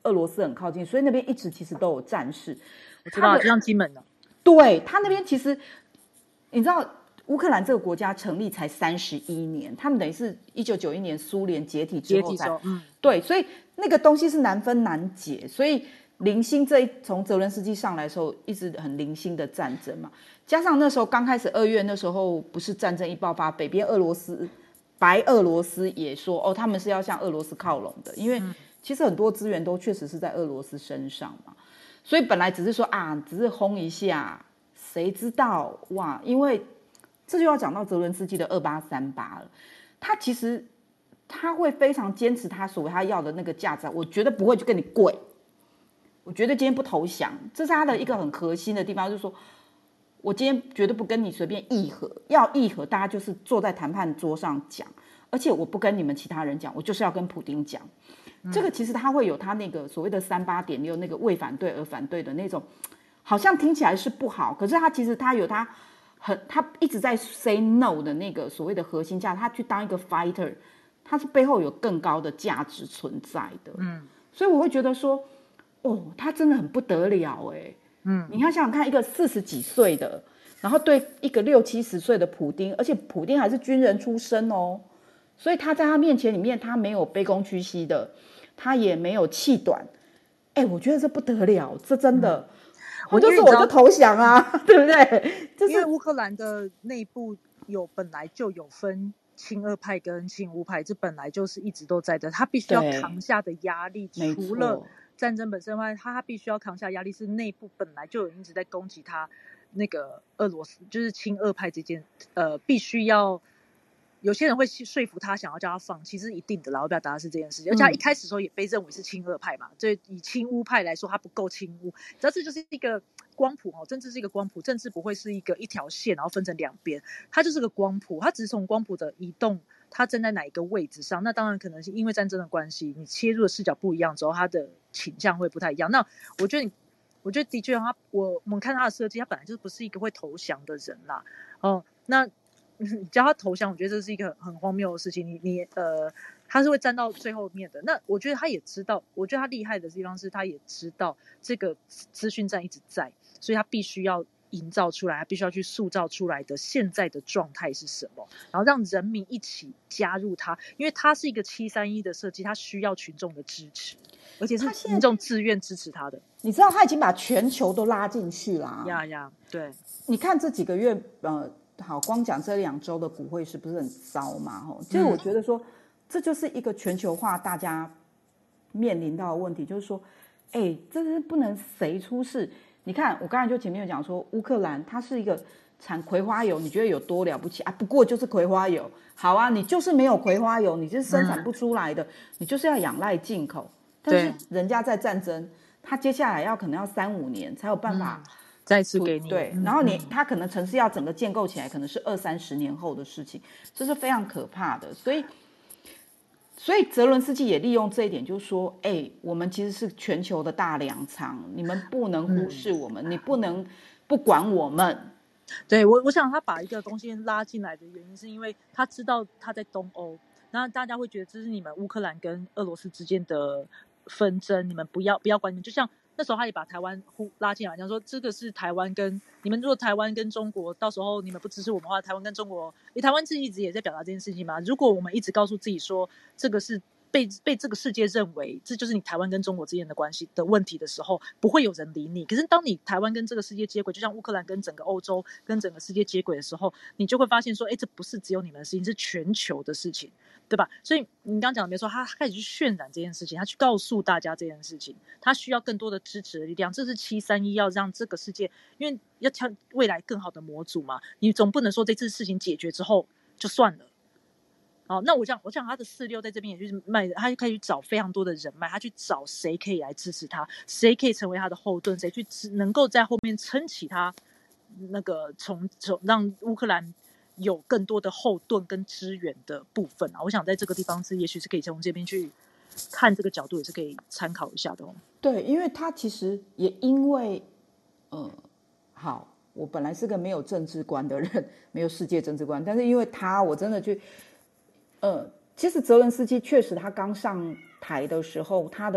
俄罗斯很靠近，所以那边一直其实都有战事。 我知道，就像金门的。 对，他那边其实你知道。乌克兰这个国家成立才31年，他们等于是1991年苏联解体之后才，对，所以那个东西是难分难解，所以零星从泽伦斯基上来的时候，一直很零星的战争嘛，加上那时候刚开始2月那时候不是战争一爆发，北边白俄罗斯也说他们是要向俄罗斯靠拢的，因为其实很多资源都确实是在俄罗斯身上嘛，所以本来只是说只是轰一下，谁知道哇，因为这就要讲到泽伦斯基的2838了，他其实他会非常坚持他所谓他要的那个价值，我绝对不会去跟你跪，我绝对今天不投降，这是他的一个很核心的地方，就是说我今天绝对不跟你随便议和，要议和大家就是坐在谈判桌上讲，而且我不跟你们其他人讲，我就是要跟普丁讲，这个其实他会有他那个所谓的38.6那个为反对而反对的那种，好像听起来是不好，可是他其实他有他一直在 say no 的那个所谓的核心价值，他去当一个 fighter， 他是背后有更高的价值存在的。所以我会觉得说，他真的很不得了你看想想看，一个40几岁的，然后对一个60、70岁的普丁，而且普丁还是军人出身所以他在他面前里面，他没有卑躬屈膝的，他也没有气短。我觉得这不得了，这真的。我就投降啊，对不对？ 因为乌克兰的内部本来就有分亲俄派跟亲乌派，这本来就是一直都在的。他必须要扛下的压力，除了战争本身外，他必须要扛下压力是内部本来就有一直在攻击他那个俄罗斯，就是亲俄派这件必须要。有些人会说服他想要叫他放弃，是一定的啦，我表达的是这件事情。而且他一开始的时候也被认为是亲俄派嘛，所以以亲乌派来说，他不够亲乌。只要这就是一个光谱政治是一个光谱，政治不会是一条线，然后分成两边，它就是个光谱，它只是从光谱的移动，它站在哪一个位置上。那当然可能是因为战争的关系，你切入的视角不一样之后，它的倾向会不太一样。那我觉得的确我们看他的设计，他本来就不是一个会投降的人啦。那你叫他投降，我觉得这是一个很荒谬的事情。他是会站到最后面的。那我觉得他也知道，我觉得他厉害的地方是，他也知道这个资讯战一直在，所以他必须要营造出来，他必须要去塑造出来的现在的状态是什么，然后让人民一起加入他，因为他是一个731的设计，他需要群众的支持，而且是民众自愿支持他的。 你知道他已经把全球都拉进去了对， 你看这几个月好，光讲这2周的股汇是不是很糟嘛？就是我觉得说，这就是一个全球化大家面临到的问题，就是说，这是不能谁出事。你看，我刚才就前面有讲说，乌克兰它是一个产葵花油，你觉得有多了不起啊？不过就是葵花油，好啊，你就是没有葵花油，你就是生产不出来的，你就是要仰赖进口。但是人家在战争，他接下来可能要3-5年才有办法。 再次给你对，然后他可能城市要整个建构起来，可能是20-30年后的事情，这是非常可怕的。所以泽伦斯基也利用这一点，就是说，我们其实是全球的大粮仓，你们不能忽视我们，你不能不管我们。 对，我想他把一个东西拉进来的原因，是因为他知道他在东欧，然后大家会觉得这是你们乌克兰跟俄罗斯之间的纷争，你们不要管你们，就像。那时候他也把台湾拉进来，讲说这个是台湾跟你们，如果台湾跟中国到时候你们不支持我们的话，台湾跟中国，台湾自己一直也在表达这件事情嘛。如果我们一直告诉自己说这个是被这个世界认为这就是你台湾跟中国之间的关系的问题的时候，不会有人理你。可是当你台湾跟这个世界接轨，就像乌克兰跟整个欧洲跟整个世界接轨的时候，你就会发现说，这不是只有你们的事情，是全球的事情。对吧？所以你刚刚讲的没错，他开始去渲染这件事情，他去告诉大家这件事情，他需要更多的支持的力量。这是731要让这个世界，因为要抢未来更好的模组嘛，你总不能说这次事情解决之后就算了。好，那我讲他的46在这边也就是卖，他就开始找非常多的人脉，他去找谁可以来支持他，谁可以成为他的后盾，谁去能够在后面撑起他那个从让乌克兰。有更多的后盾跟支援的部分我想在这个地方也许是可以从这边去看这个角度，也是可以参考一下的对，因为他其实也因为好，我本来是个没有政治观的人，没有世界政治观，但是因为我真的去其实泽伦斯基确实他刚上台的时候，他的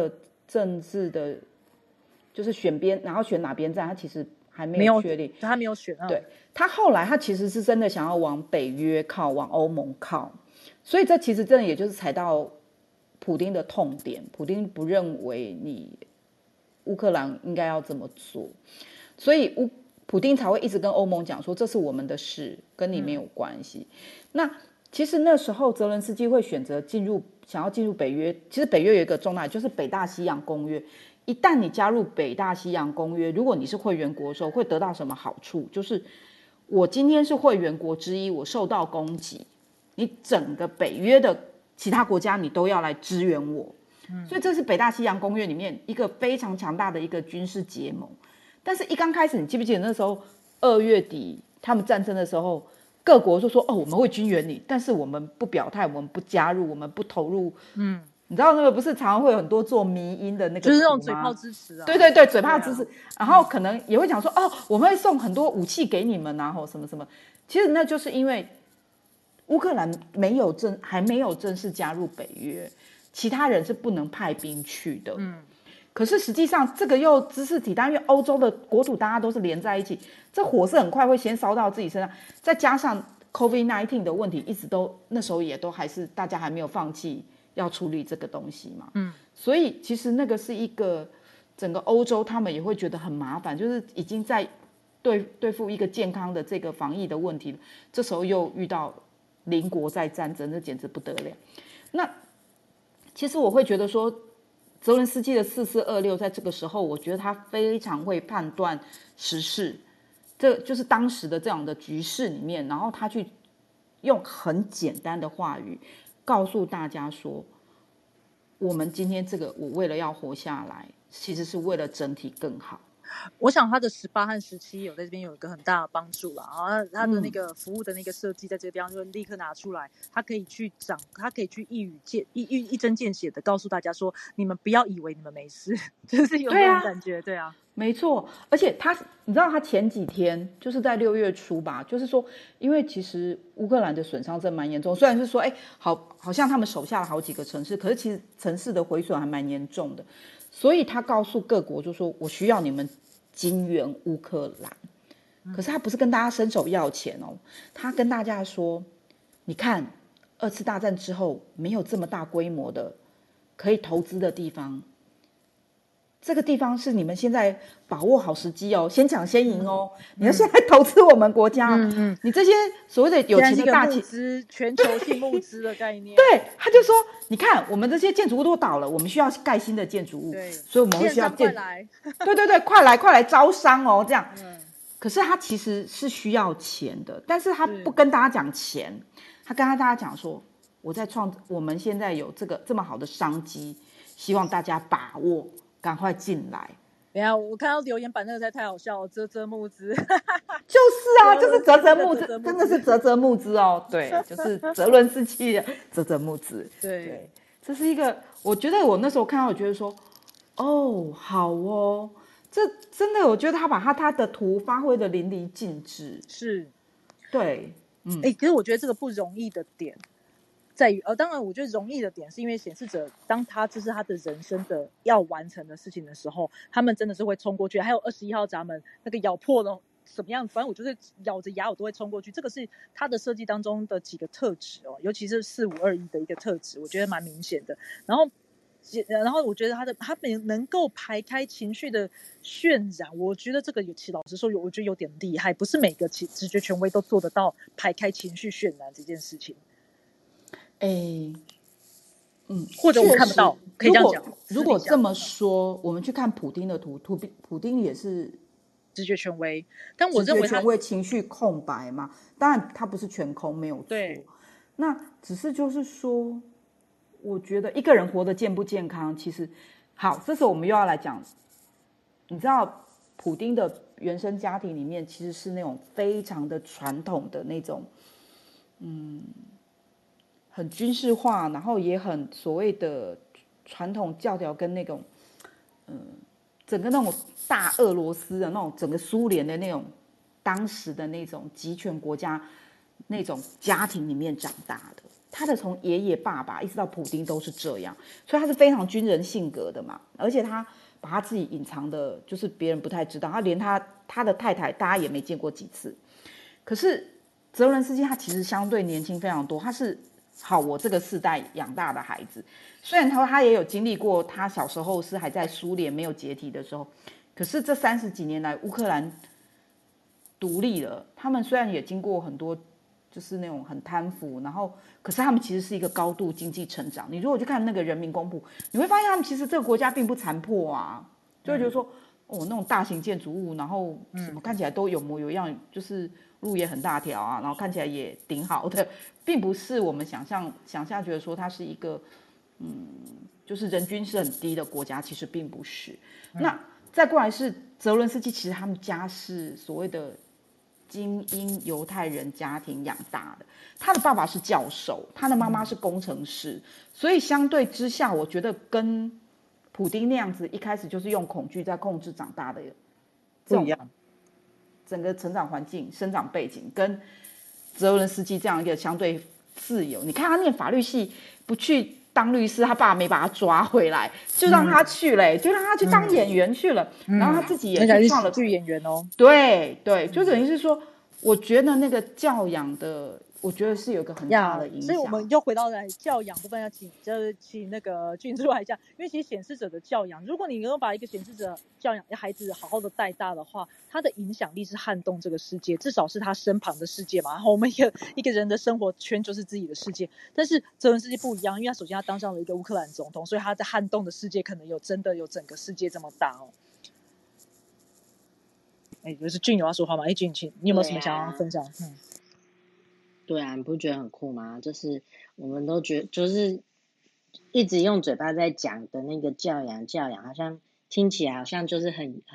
政治的，就是选边，然后选哪边站，他其实还没有确定， 他没有选。 对，他后来他其实是真的想要往北约靠，往欧盟靠，所以这其实真的也就是踩到普丁的痛点。普丁不认为你乌克兰应该要这么做，所以普丁才会一直跟欧盟讲说这是我们的事，跟你没有关系。那其实那时候泽伦斯基会选择想要进入北约，其实北约有一个重大就是北大西洋公约。一旦你加入北大西洋公约，如果你是会员国的时候，会得到什么好处？就是我今天是会员国之一，我受到攻击，你整个北约的其他国家你都要来支援我。所以这是北大西洋公约里面一个非常强大的一个军事结盟。但是一刚开始，你记不记得那时候2月底他们战争的时候，各国就说我们会军援你，但是我们不表态，我们不加入，我们不投入。你知道那个不是常常会有很多做迷因的那个就是那种嘴炮支持啊。 对对对，嘴炮支持，然后可能也会讲说我们会送很多武器给你们啊，或什么什么。其实那就是因为乌克兰还没有正式加入北约，其他人是不能派兵去的。可是实际上这个又知识体大，因为欧洲的国土大家都是连在一起，这火是很快会先烧到自己身上，再加上 COVID-19 的问题，一直都那时候也都还是大家还没有放弃要处理这个东西嘛。所以其实那个是一个整个欧洲他们也会觉得很麻烦，就是已经在对付一个健康的这个防疫的问题，这时候又遇到邻国在战争，这简直不得了。那其实我会觉得说，泽伦斯基的4426在这个时候，我觉得他非常会判断时事，这就是当时的这样的局势里面，然后他去用很简单的话语告诉大家说，我们今天这个我为了要活下来，其实是为了整体更好。 我想他的18和17有在这边有一个很大的帮助啦，然后他的那个服务的那个设计在这边就立刻拿出来，他可以去一针见血的告诉大家说，你们不要以为你们没事，就是有这种感觉。对啊， 没错。而且你知道他前几天就是在6月初吧，就是说因为其实乌克兰的损伤真蛮严重，虽然是说好像他们守下了好几个城市，可是其实城市的毁损还蛮严重的，所以他告诉各国就说我需要你们金援乌克兰。可是他不是跟大家伸手要钱他跟大家说，你看2次大战之后没有这么大规模的可以投资的地方，这个地方是你们现在把握好时机先抢先赢你要现在投资我们国家你这些所谓的有钱的大企业，全球性募资的概念。 对，他就说你看我们这些建筑物都倒了，我们需要盖新的建筑物，所以我们会需要快来对对对，快来招商这样。可是他其实是需要钱的，但是他不跟大家讲钱，他跟大家讲说我们现在有这么好的商机，希望大家把握，赶快进来。 等一下，我看到留言板那个才太好笑了，啧募资。 就是啊，就是啧募资，真的是啧募资对，就是泽伦斯基的啧募资。对，这是一个，我觉得我那时候看到，我觉得说，好这真的，我觉得他把他的图发挥的淋漓尽致。 是， 对， 可是我觉得这个不容易的点在于，当然我觉得容易的点是因为显示者当这是他的人生的要完成的事情的时候，他们真的是会冲过去。还有21号闸门那个咬破了什么样子，反正我就是咬着牙我都会冲过去。这个是他的设计当中的几个特质尤其是4521的一个特质，我觉得蛮明显的。然后我觉得他能够排开情绪的渲染，我觉得这个其实老实说我觉得有点厉害，不是每个直觉权威都做得到排开情绪渲染这件事情。或者我们看不到，可以这样讲。 如果这么说，我们去看普丁的图，普丁也是直觉权威，但我认为直觉权威情绪空白嘛，当然他不是全空，没有错。那只是就是说，我觉得一个人活得健不健康，其实好，这时候我们又要来讲，你知道普丁的原生家庭里面其实是那种非常的传统的那种，很军事化，然后也很所谓的传统教条跟那种，整个那种大俄罗斯的那种整个苏联的那种当时的那种集权国家那种家庭里面长大的，他的从爷爷爸爸一直到普丁都是这样，所以他是非常军人性格的嘛，而且他把他自己隐藏的，就是别人不太知道，他连他的太太大家也没见过几次。可是泽伦斯基他其实相对年轻非常多，他是我这个世代养大的孩子，虽然他也有经历过，他小时候是还在苏联没有解体的时候，可是这30几年来乌克兰独立了，他们虽然也经过很多就是那种很贪腐，然后可是他们其实是一个高度经济成长。你如果去看那个人民公仆，你会发现他们其实这个国家并不残破啊，就会觉得说那种大型建筑物，然后什么看起来都有模有样，就是路也很大条啊，然后看起来也挺好的，并不是我们想象觉得说它是一个就是人均是很低的国家，其实并不是。那再过来是泽伦斯基，其实他们家是所谓的精英犹太人家庭养大的，他的爸爸是教授，他的妈妈是工程师，所以相对之下，我觉得跟普丁那样子一开始就是用恐惧在控制长大的不一样， 整个成长环境、生长背景跟泽伦斯基这样一个相对自由。你看他念法律系不去当律师，他爸没把他抓回来，就让他去了，就让他去当演员去了，然后他自己也去创了喜剧演员哦。 对对，就等于是说，我觉得那个教养的，我觉得是有一个很大的影响。 所以我们又回到来教养部分，要请那个俊出来讲，因为其实显示者的教养，如果你能够把一个显示者教养孩子好好的带大的话，他的影响力是撼动这个世界，至少是他身旁的世界嘛。然后我们一个人的生活圈就是自己的世界，但是泽伦斯基不一样，因为他首先他当上了一个乌克兰总统，所以他在撼动的世界可能真的有整个世界这么大哦。就是俊有要说话吗？俊，你有没有什么想要分享？ 对啊，你不觉得很酷吗？就是我们都觉得，就是一直用嘴巴在讲的那个教养，好像听起来好像就是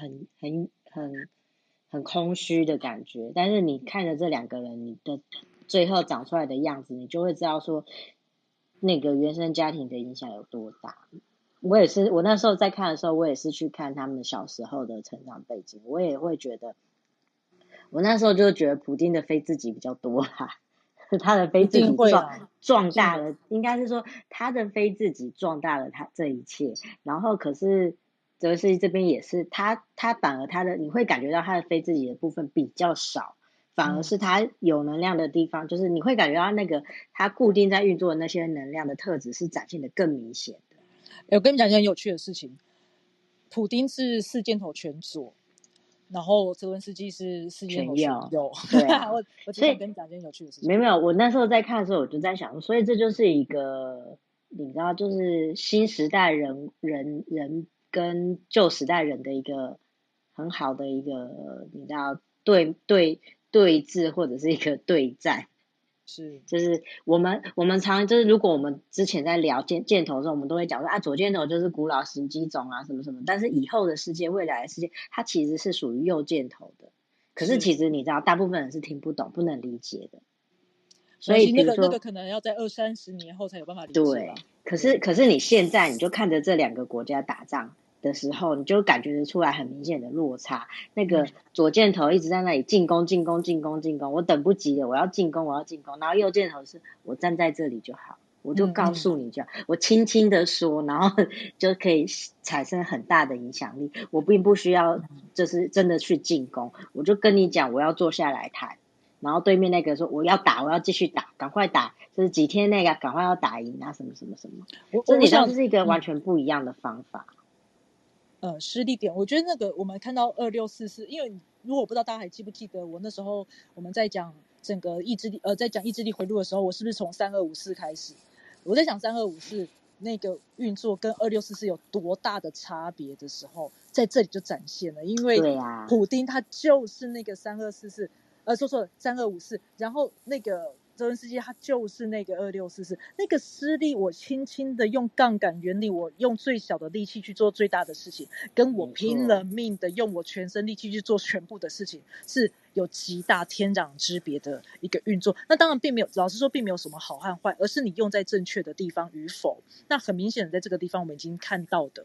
很空虚的感觉。但是你看着这两个人，你的最后长出来的样子，你就会知道说那个原生家庭的影响有多大。我也是，我那时候在看的时候，我也是去看他们小时候的成长背景，我也会觉得，我那时候就觉得普丁的非自己比较多啦。他的非自己壮大了，应该是说他的非自己壮大了他这一切。然后可是泽西这边也是，他反而他的你会感觉到他的非自己的部分比较少，反而是他有能量的地方，就是你会感觉到那个他固定在运作的那些能量的特质是展现的更明显的。 我跟你讲一件很有趣的事情，普丁是4箭头全左，然后泽伦斯基是4箭头全右。对啊，我只想跟你讲一件有趣的事情。 没有，我那时候在看的时候，我就在想，所以这就是一个你知道，就是新时代人跟旧时代人的一个很好的一个你知道对峙或者是一个对战。 是， 就是我们常就是如果我们之前在聊箭头的时候，我们都会讲说左箭头就是古老型机种啊什么什么，但是以后的世界未来的世界它其实是属于右箭头的，可是其实你知道大部分人是听不懂不能理解的，所以比如说那个可能要在20-30年后才有办法理解。 对，可是你现在你就看着这两个国家打仗的时候，你就感觉得出来很明显的落差。那个左箭头一直在那里进攻，我等不及了，我要进攻。然后右箭头是我站在这里就好，我就告诉你就好，我轻轻的说，然后就可以产生很大的影响力。我并不需要就是真的去进攻，我就跟你讲，我要坐下来谈。然后对面那个说我要打，我要继续打，赶快打，就是几天那个赶快要打赢啊，什么什么什么。所以你知道这是一个完全不一样的方法。 施力点，我觉得那个我们看到2644，因为如果我不知道大家还记不记得，我那时候我们在讲整个意志力，在讲意志力回路的时候，我是不是从3254开始？我在讲3254那个运作跟2644有多大的差别的时候，在这里就展现了，因为普丁他就是那个3244。说错了，3254，然后那个泽伦斯基他就是那个2644，那个施力，我轻轻的用杠杆原理，我用最小的力气去做最大的事情，跟我拼了命的用我全身力气去做全部的事情，是有极大天壤之别的一个运作。那当然并没有，老实说并没有什么好和坏，而是你用在正确的地方与否。那很明显的在这个地方我们已经看到的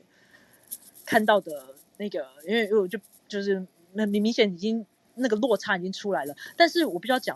那个，因为我就是很明显已经那个落差已经出来了。但是我必须要讲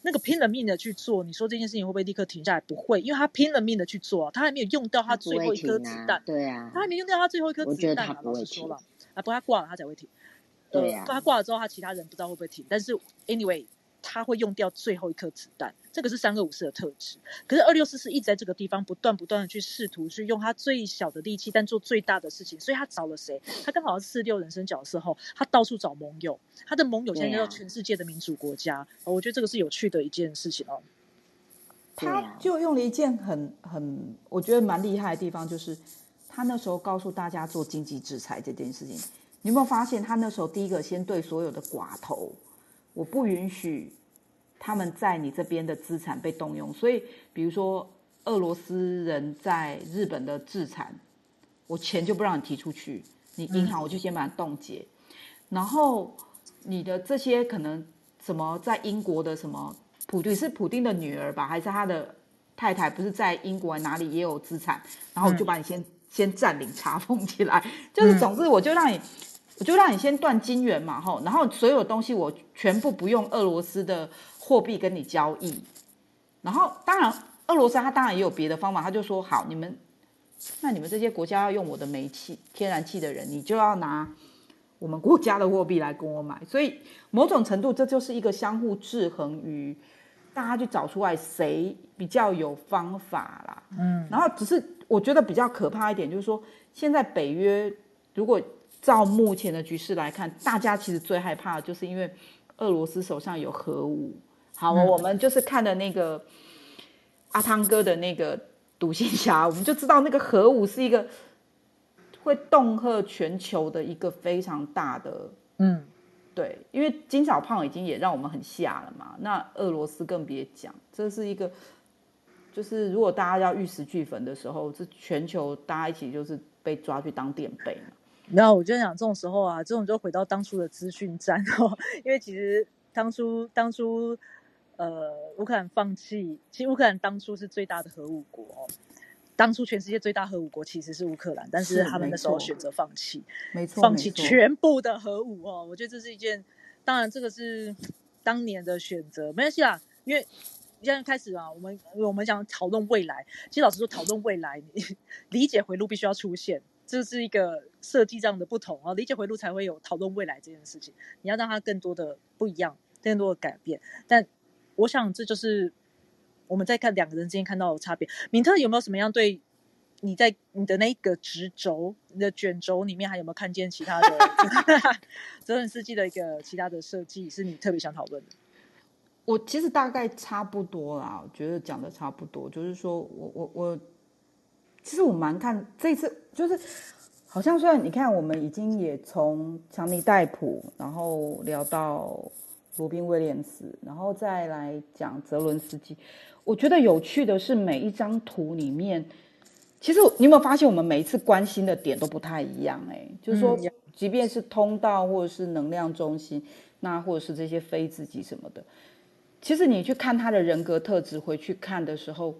那个拼了命的去做，你说这件事情会不会立刻停下来？不会，因为他拼了命的去做，他还没有用掉他最后一颗子弹， 对啊， 他还没用掉他最后一颗子弹啊。 老实说了，不过他挂了他才会停。 对啊， 他挂了之后，他其他人不知道会不会停，但是 anyway 他会用掉最后一颗子弹，这个是3254的特质。可是264是一直在这个地方不断的去试图去用他最小的力气，但做最大的事情。所以他找了谁？他刚好是46人生角色后，他到处找盟友，他的盟友现在叫全世界的民主国家。我觉得这个是有趣的一件事情哦。 他就用了一件很我觉得蛮厉害的地方，就是他那时候告诉大家做经济制裁这件事情。你有没有发现，他那时候第一个先对所有的寡头，我不允许他们在你这边的资产被动用。所以，比如说俄罗斯人在日本的资产，我钱就不让你提出去，你银行我就先把它冻结。然后你的这些可能什么在英国的什么普丁的女儿吧，还是他的太太，不是在英国哪里也有资产，然后我就把你先占领查封起来，就是总之我就让你先断金元嘛，然后所有东西我全部不用俄罗斯的货币跟你交易。然后当然俄罗斯他当然也有别的方法，他就说好，你们这些国家要用我的煤气天然气的人，你就要拿我们国家的货币来跟我买。所以某种程度这就是一个相互制衡于大家去找出来谁比较有方法啦。然后只是我觉得比较可怕一点就是说，现在北约如果照目前的局势来看，大家其实最害怕的就是因为俄罗斯手上有核武。好，我们就是看了那个阿汤哥的那个独行侠，我们就知道那个核武是一个会恫吓全球的一个非常大的，对，因为金小胖已经也让我们很吓了嘛，那俄罗斯更别讲，这是一个，就是如果大家要玉石俱焚的时候，这全球大家一起就是被抓去当垫背嘛。 没有，我就想这种时候啊，这种就回到当初的资讯战哦，因为其实当初乌克兰放弃，其实乌克兰当初是最大的核武国哦，当初全世界最大核武国其实是乌克兰，但是他们那时候选择放弃， 没错， 放弃全部的核武哦，我觉得这是一件，当然这个是当年的选择，没关系啦，因为现在开始啊，我们讲讨论未来，其实老实说，讨论未来，理解回路必须要出现。这是一个设计上的不同啊，理解回路才会有讨论未来这件事情。你要让它更多的不一样，更多的改变。但我想这就是我们在看两个人之间看到的差别。敏特有没有什么样对你在你的那个直轴、你的卷轴里面还有没有看见其他的泽连斯基的一个其他的设计是你特别想讨论的？ 我其实大概差不多啦，我觉得讲的差不多，就是说我其实我蛮看这一次，就是好像虽然你看我们已经也从强尼戴普，然后聊到罗宾威廉斯，然后再来讲泽伦斯基，我觉得有趣的是每一张图里面，其实你有没有发现我们每一次关心的点都不太一样？就是说即便是通道或者是能量中心，那或者是这些非自己什么的，其实你去看他的人格特质，回去看的时候，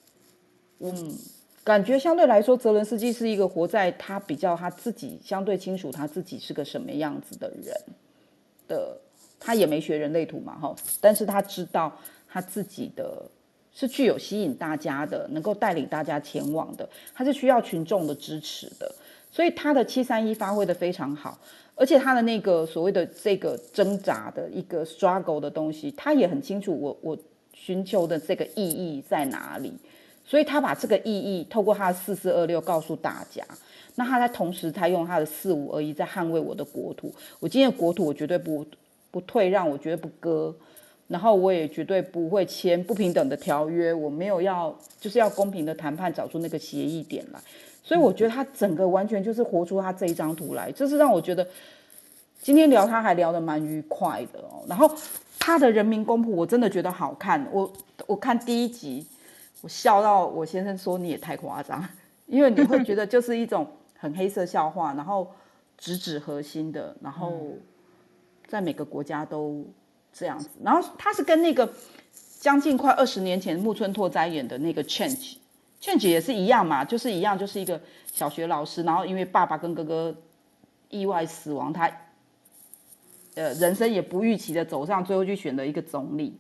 感觉相对来说，泽伦斯基是一个活在他比较他自己相对清楚他自己是个什么样子的人的，他也没学人类图嘛，但是他知道他自己的是具有吸引大家的，能够带领大家前往的，他是需要群众的支持的，所以他的731发挥的非常好，而且他的那个所谓的这个挣扎的一个 struggle 的东西，他也很清楚我寻求的这个意义在哪里。所以他把这个意义透过他的4426告诉大家，那他在同时他用他的4521在捍卫我的国土，我今天的国土我绝对不退让，我绝对不割，然后我也绝对不会签不平等的条约，我没有就是要公平的谈判，找出那个协议点来。所以我觉得他整个完全就是活出他这一张图来，这是让我觉得今天聊他还聊得蛮愉快的哦。然后他的人民公仆我真的觉得好看，我看第一集。我笑到我先生说你也太夸张，因为你会觉得就是一种很黑色笑话，然后直指核心的，然后在每个国家都这样子。然后他是跟那个将近快20年前木村拓哉演的那个 Change 也是一样嘛，就是一样，就是一个小学老师，然后因为爸爸跟哥哥意外死亡，他人生也不预期的走上，最后去选了一个总理。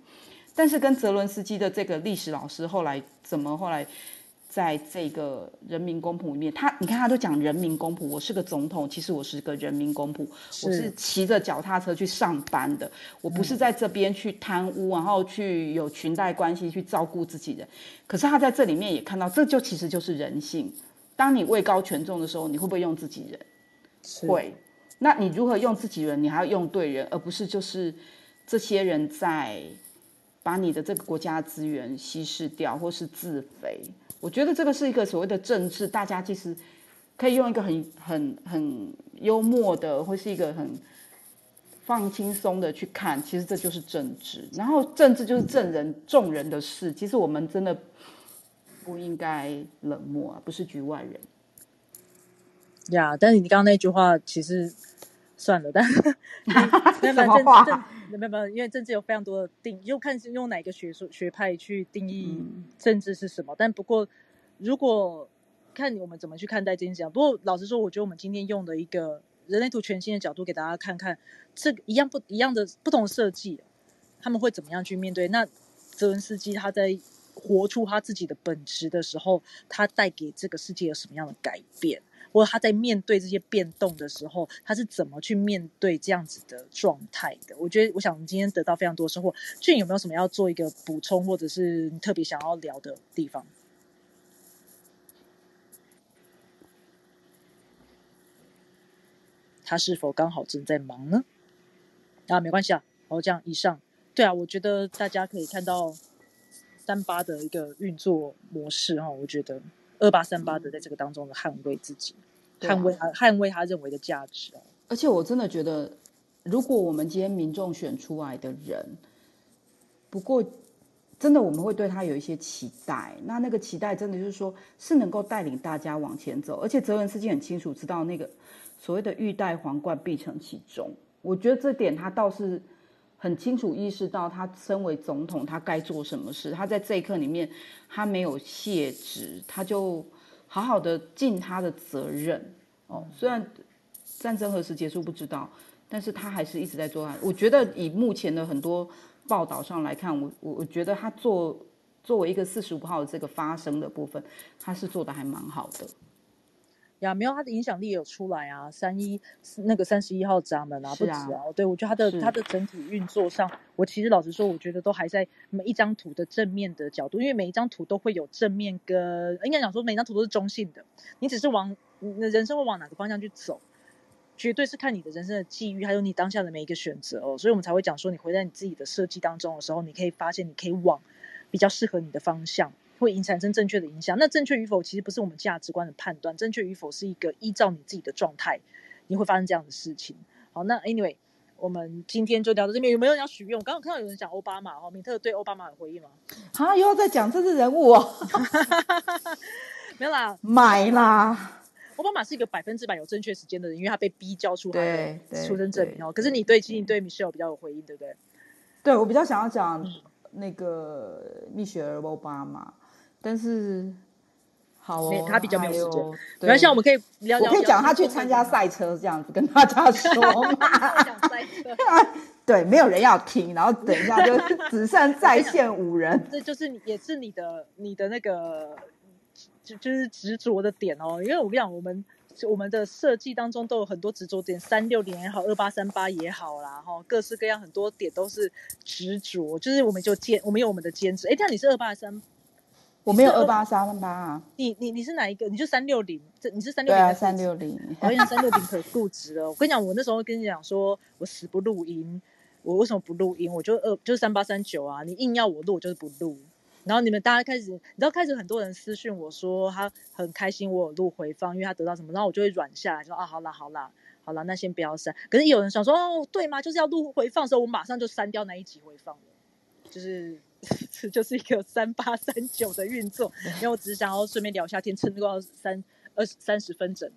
但是跟泽伦斯基的这个历史老师后来在这个人民公仆里面，你看他都讲人民公仆，我是个总统，其实我是个人民公仆，我是骑着脚踏车去上班的，我不是在这边去贪污，然后去有裙带关系去照顾自己人。可是他在这里面也看到，这就其实就是人性。当你位高权重的时候，你会不会用自己人？会。那你如何用自己人？你还要用对人，而不是就是这些人在把你的这个国家资源稀释掉，或是自肥。我觉得这个是一个所谓的政治，大家其实可以用一个很幽默的，或是一个很放轻松的去看，其实这就是政治。然后政治就是众人的事，其实我们真的不应该冷漠啊，不是局外人。 呀，但是你刚刚那句话其实算了，但什么话？ 没有，因为政治有非常多的就看是用哪个学派去定义政治是什么。但不过，如果看我们怎么去看待这件事情。不过老实说，我觉得我们今天用的一个人类图全新的角度给大家看看，这个一样的不同的设计，他们会怎么样去面对。那泽伦斯基他在活出他自己的本质的时候，他带给这个世界有什么样的改变？或者他在面对这些变动的时候，他是怎么去面对这样子的状态的？我想我们今天得到非常多收获。俊有没有什么要做一个补充，或者是你特别想要聊的地方？他是否刚好正在忙呢？没关系啊。这样以上，对啊，我觉得大家可以看到38的一个运作模式我觉得2838的在这个当中的捍卫自己，捍卫他认为的价值而且我真的觉得，如果我们今天民众选出来的人，不过真的我们会对他有一些期待，那个期待真的就是说是能够带领大家往前走。而且泽伦斯基很清楚知道那个所谓的欲戴皇冠必承其重，我觉得这点他倒是很清楚意识到，他身为总统他该做什么事。他在这一刻里面他没有卸职，他就好好的尽他的责任虽然战争何时结束不知道，但是他还是一直在做。我觉得以目前的很多报道上来看，我觉得他作为一个45号的这个发声的部分，他是做的还蛮好的。 没有，他的影响力也有出来啊那个31号闸门不止对，我觉得他的整体运作上，我其实老实说，我觉得都还在每一张图的正面的角度，因为每一张图都会有正面跟应该讲说每张图都是中性的，你只是你的人生会往哪个方向去走，绝对是看你的人生的际遇，还有你当下的每一个选择所以我们才会讲说，你回在你自己的设计当中的时候，你可以发现你可以往比较适合你的方向，会产生正确的影响。那正确与否其实不是我们价值观的判断，正确与否是一个依照你自己的状态，你会发生这样的事情。好，那 anyway 我们今天就聊到这边。有没有人要许愿？我刚刚看到有人讲奥巴马米特对奥巴马有回应吗？ 又要再讲政治人物没有啦， 买啦。 奥巴马是一个100%有正确时间的人，因为他被逼交出他的出生证明可是你对 Michelle 比较有回应，对不对？ 对，我比较想要讲那个蜜雪儿奥巴马，但是好他比较没有时间。没关系，我们可以聊聊。 我可以讲他去参加赛车这样子跟大家说嘛。 讲赛车对，没有人要听，然后等一下就只剩在线5人。 这就是也是你的那个就是执着的点因为我跟你讲，我们的设计当中都有很多执着点，360也好，2838也好啦各式各样很多点都是执着，就是我们有我们的坚持。这样你是283？ 我没有2838啊。 你是哪一个？你就360？你是360？ 对啊，360。 我想360可固执了。我跟你讲，我那时候跟你讲说，我死不录音。我为什么不录音？我就是3839啊！你硬要我录，我就是不录。然后你们大家开始很多人私讯我说他很开心我有录回放，因为他得到什么，然后我就会软下来说好啦，那先不要删。可是有人想说对吗？就是要录回放的时候，我马上就删掉那一集回放了，就是一个3839的运作。因为我只是想要顺便聊一下天，撑到30分整。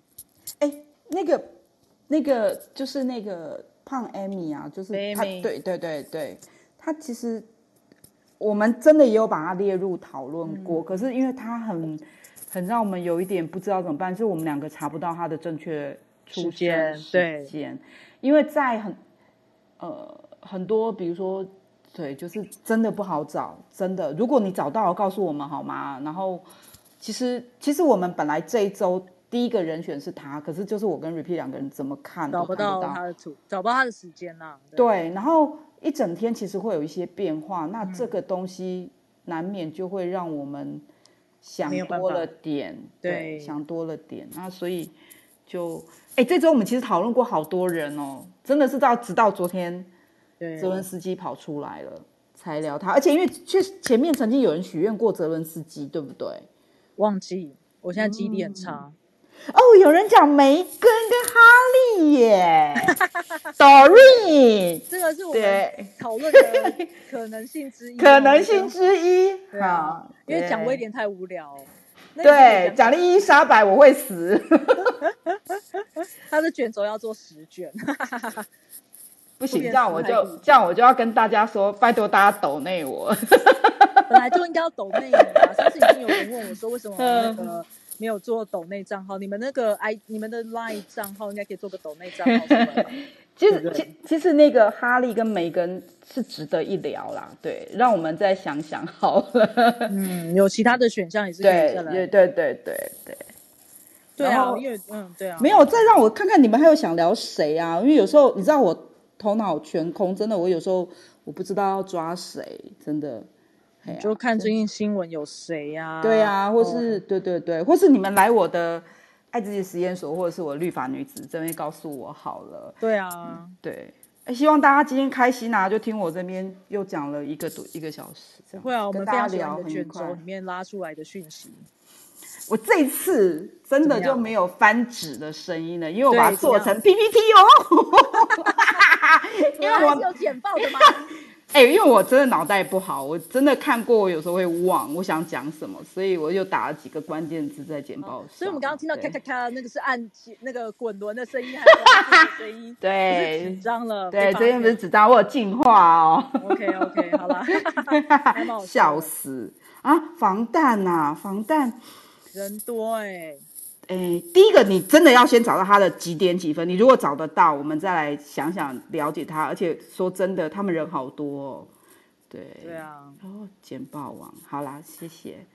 那个就是那个胖 Amy 啊，就是他，对，他其实我们真的也有把它列入讨论过，可是因为他很让我们有一点不知道怎么办，就是我们2个查不到他的正确出生时间，因为在很多比如说对，就是真的不好找，真的。如果你找到了，告诉我们好吗？然后，其实我们本来这一周第一个人选是他，可是就是我跟 Repeat 两个人怎么看都找不到他的找不到他的时间啦。 对，然后一整天其实会有一些变化，那这个东西难免就会让我们想多了点，对，想多了点。那所以就，这周我们其实讨论过好多人哦，真的是直到昨天。泽伦斯基跑出来了才聊他，而且因为前面曾经有人许愿过泽伦斯基，对不对？ 忘记，我现在记忆力很差。 哦，有人讲梅根跟哈利耶，Doreen， 这个是我们讨论的可能性之一。 可能性之一， 对啊，因为讲威廉太无聊。 对，讲伊丽莎白我会死。 他的卷轴要做10卷。 不行，这样我就要跟大家说，拜托大家抖内我。 本来就应该要抖内你啊！上次已经有人问我说，为什么那个没有做抖内账号？你们那个你们的 LINE 账号应该可以做个抖内账号出来吧？ 其实那个哈利跟梅根是值得一聊啦，对，让我们再想想好了。 有其他的选项也是可以下来。对啊，因为对啊， 没有再让我看看你们还有想聊谁啊？因为有时候你知道我头脑全空，真的，我有时候我不知道要抓谁，真的。 你就看最近新闻有谁呀？ 对啊，或是对，或是你们来我的爱自己实验所，或者是我绿发女子这边告诉我好了。 对啊， 对，希望大家今天开心啊！就听我这边又讲了一个小时，这样。 不会啊，我们非常喜欢你的卷轴里面拉出来的讯息。 我这一次真的就没有翻纸的声音了，因为我把它做成 PPT 哦。 因为我是有简报的吗？ 因为我真的脑袋不好，我真的看过，我有时候会忘我想讲什么，所以我就打了几个关键字在简报上。 所以我们刚刚听到咔咔咔，那个是按那个滚轮的声音，还有声音，对，不是纸张了。 对，这边不是纸张，我有进化哦。 OK， 好啦， 笑死啊！防弹啊，防弹人多第一个你真的要先找到他的几点几分，你如果找得到，我们再来想想了解他。而且说真的，他们人好多哦。对啊， 简报网，好啦，谢谢。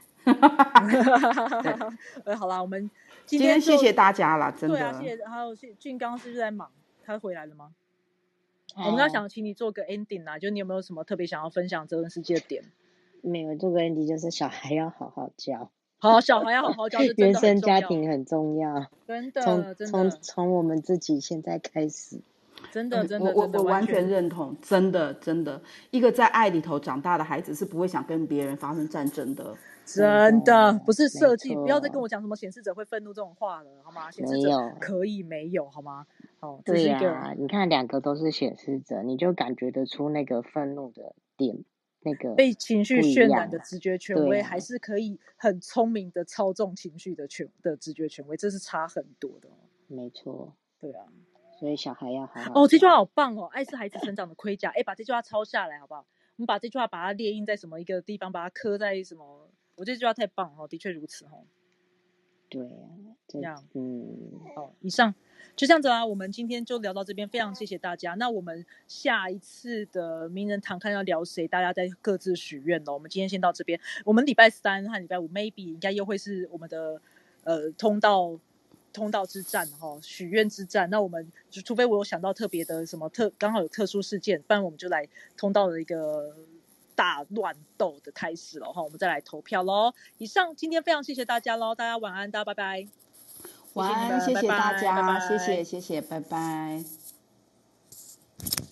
好啦，我们今天谢谢大家啦，真的。 对啊，谢谢。还有俊刚是不是在忙？他回来了吗？我们刚想请你做个 ending 啦，就你有没有什么特别想要分享泽伦斯基的点？ 没有，做个 ending 就是小孩要好好教。 好，小孩要好好教， 原生家庭很重要， 真的， 从我们自己现在开始， 真的， 我完全认同，真的，一个在爱里头长大的孩子是不会想跟别人发生战争的， 真的不是设计，不要再跟我讲什么显示者会愤怒这种话了，好吗？显示者可以没有，好吗？ 对呀，你看2个都是显示者，你就感觉得出那个愤怒的点。那个被情绪渲染的直觉权威，还是可以很聪明的操纵情绪的直觉权威，这是差很多的。 没错， 对啊， 所以小孩要好好。 这句话好棒哦！爱是孩子成长的盔甲。把这句话抄下来好不好？我们把这句话把它列印在什么一个地方，把它刻在什么？我觉得这句话太棒了，的确如此哦。 对啊， 这样，以上就这样子啦。我们今天就聊到这边，非常谢谢大家。那我们下一次的名人堂看要聊谁，大家再各自许愿咯。我们今天先到这边，我们礼拜3和礼拜5 maybe 应该又会是我们的通道之战许愿之战。那我们除非我有想到特别的什么刚好有特殊事件，不然我们就来通道的一个大乱斗的开始了我们再来投票咯。以上，今天非常谢谢大家咯，大家晚安，大家拜拜。 晚安，谢谢大家，拜拜，谢谢，拜拜。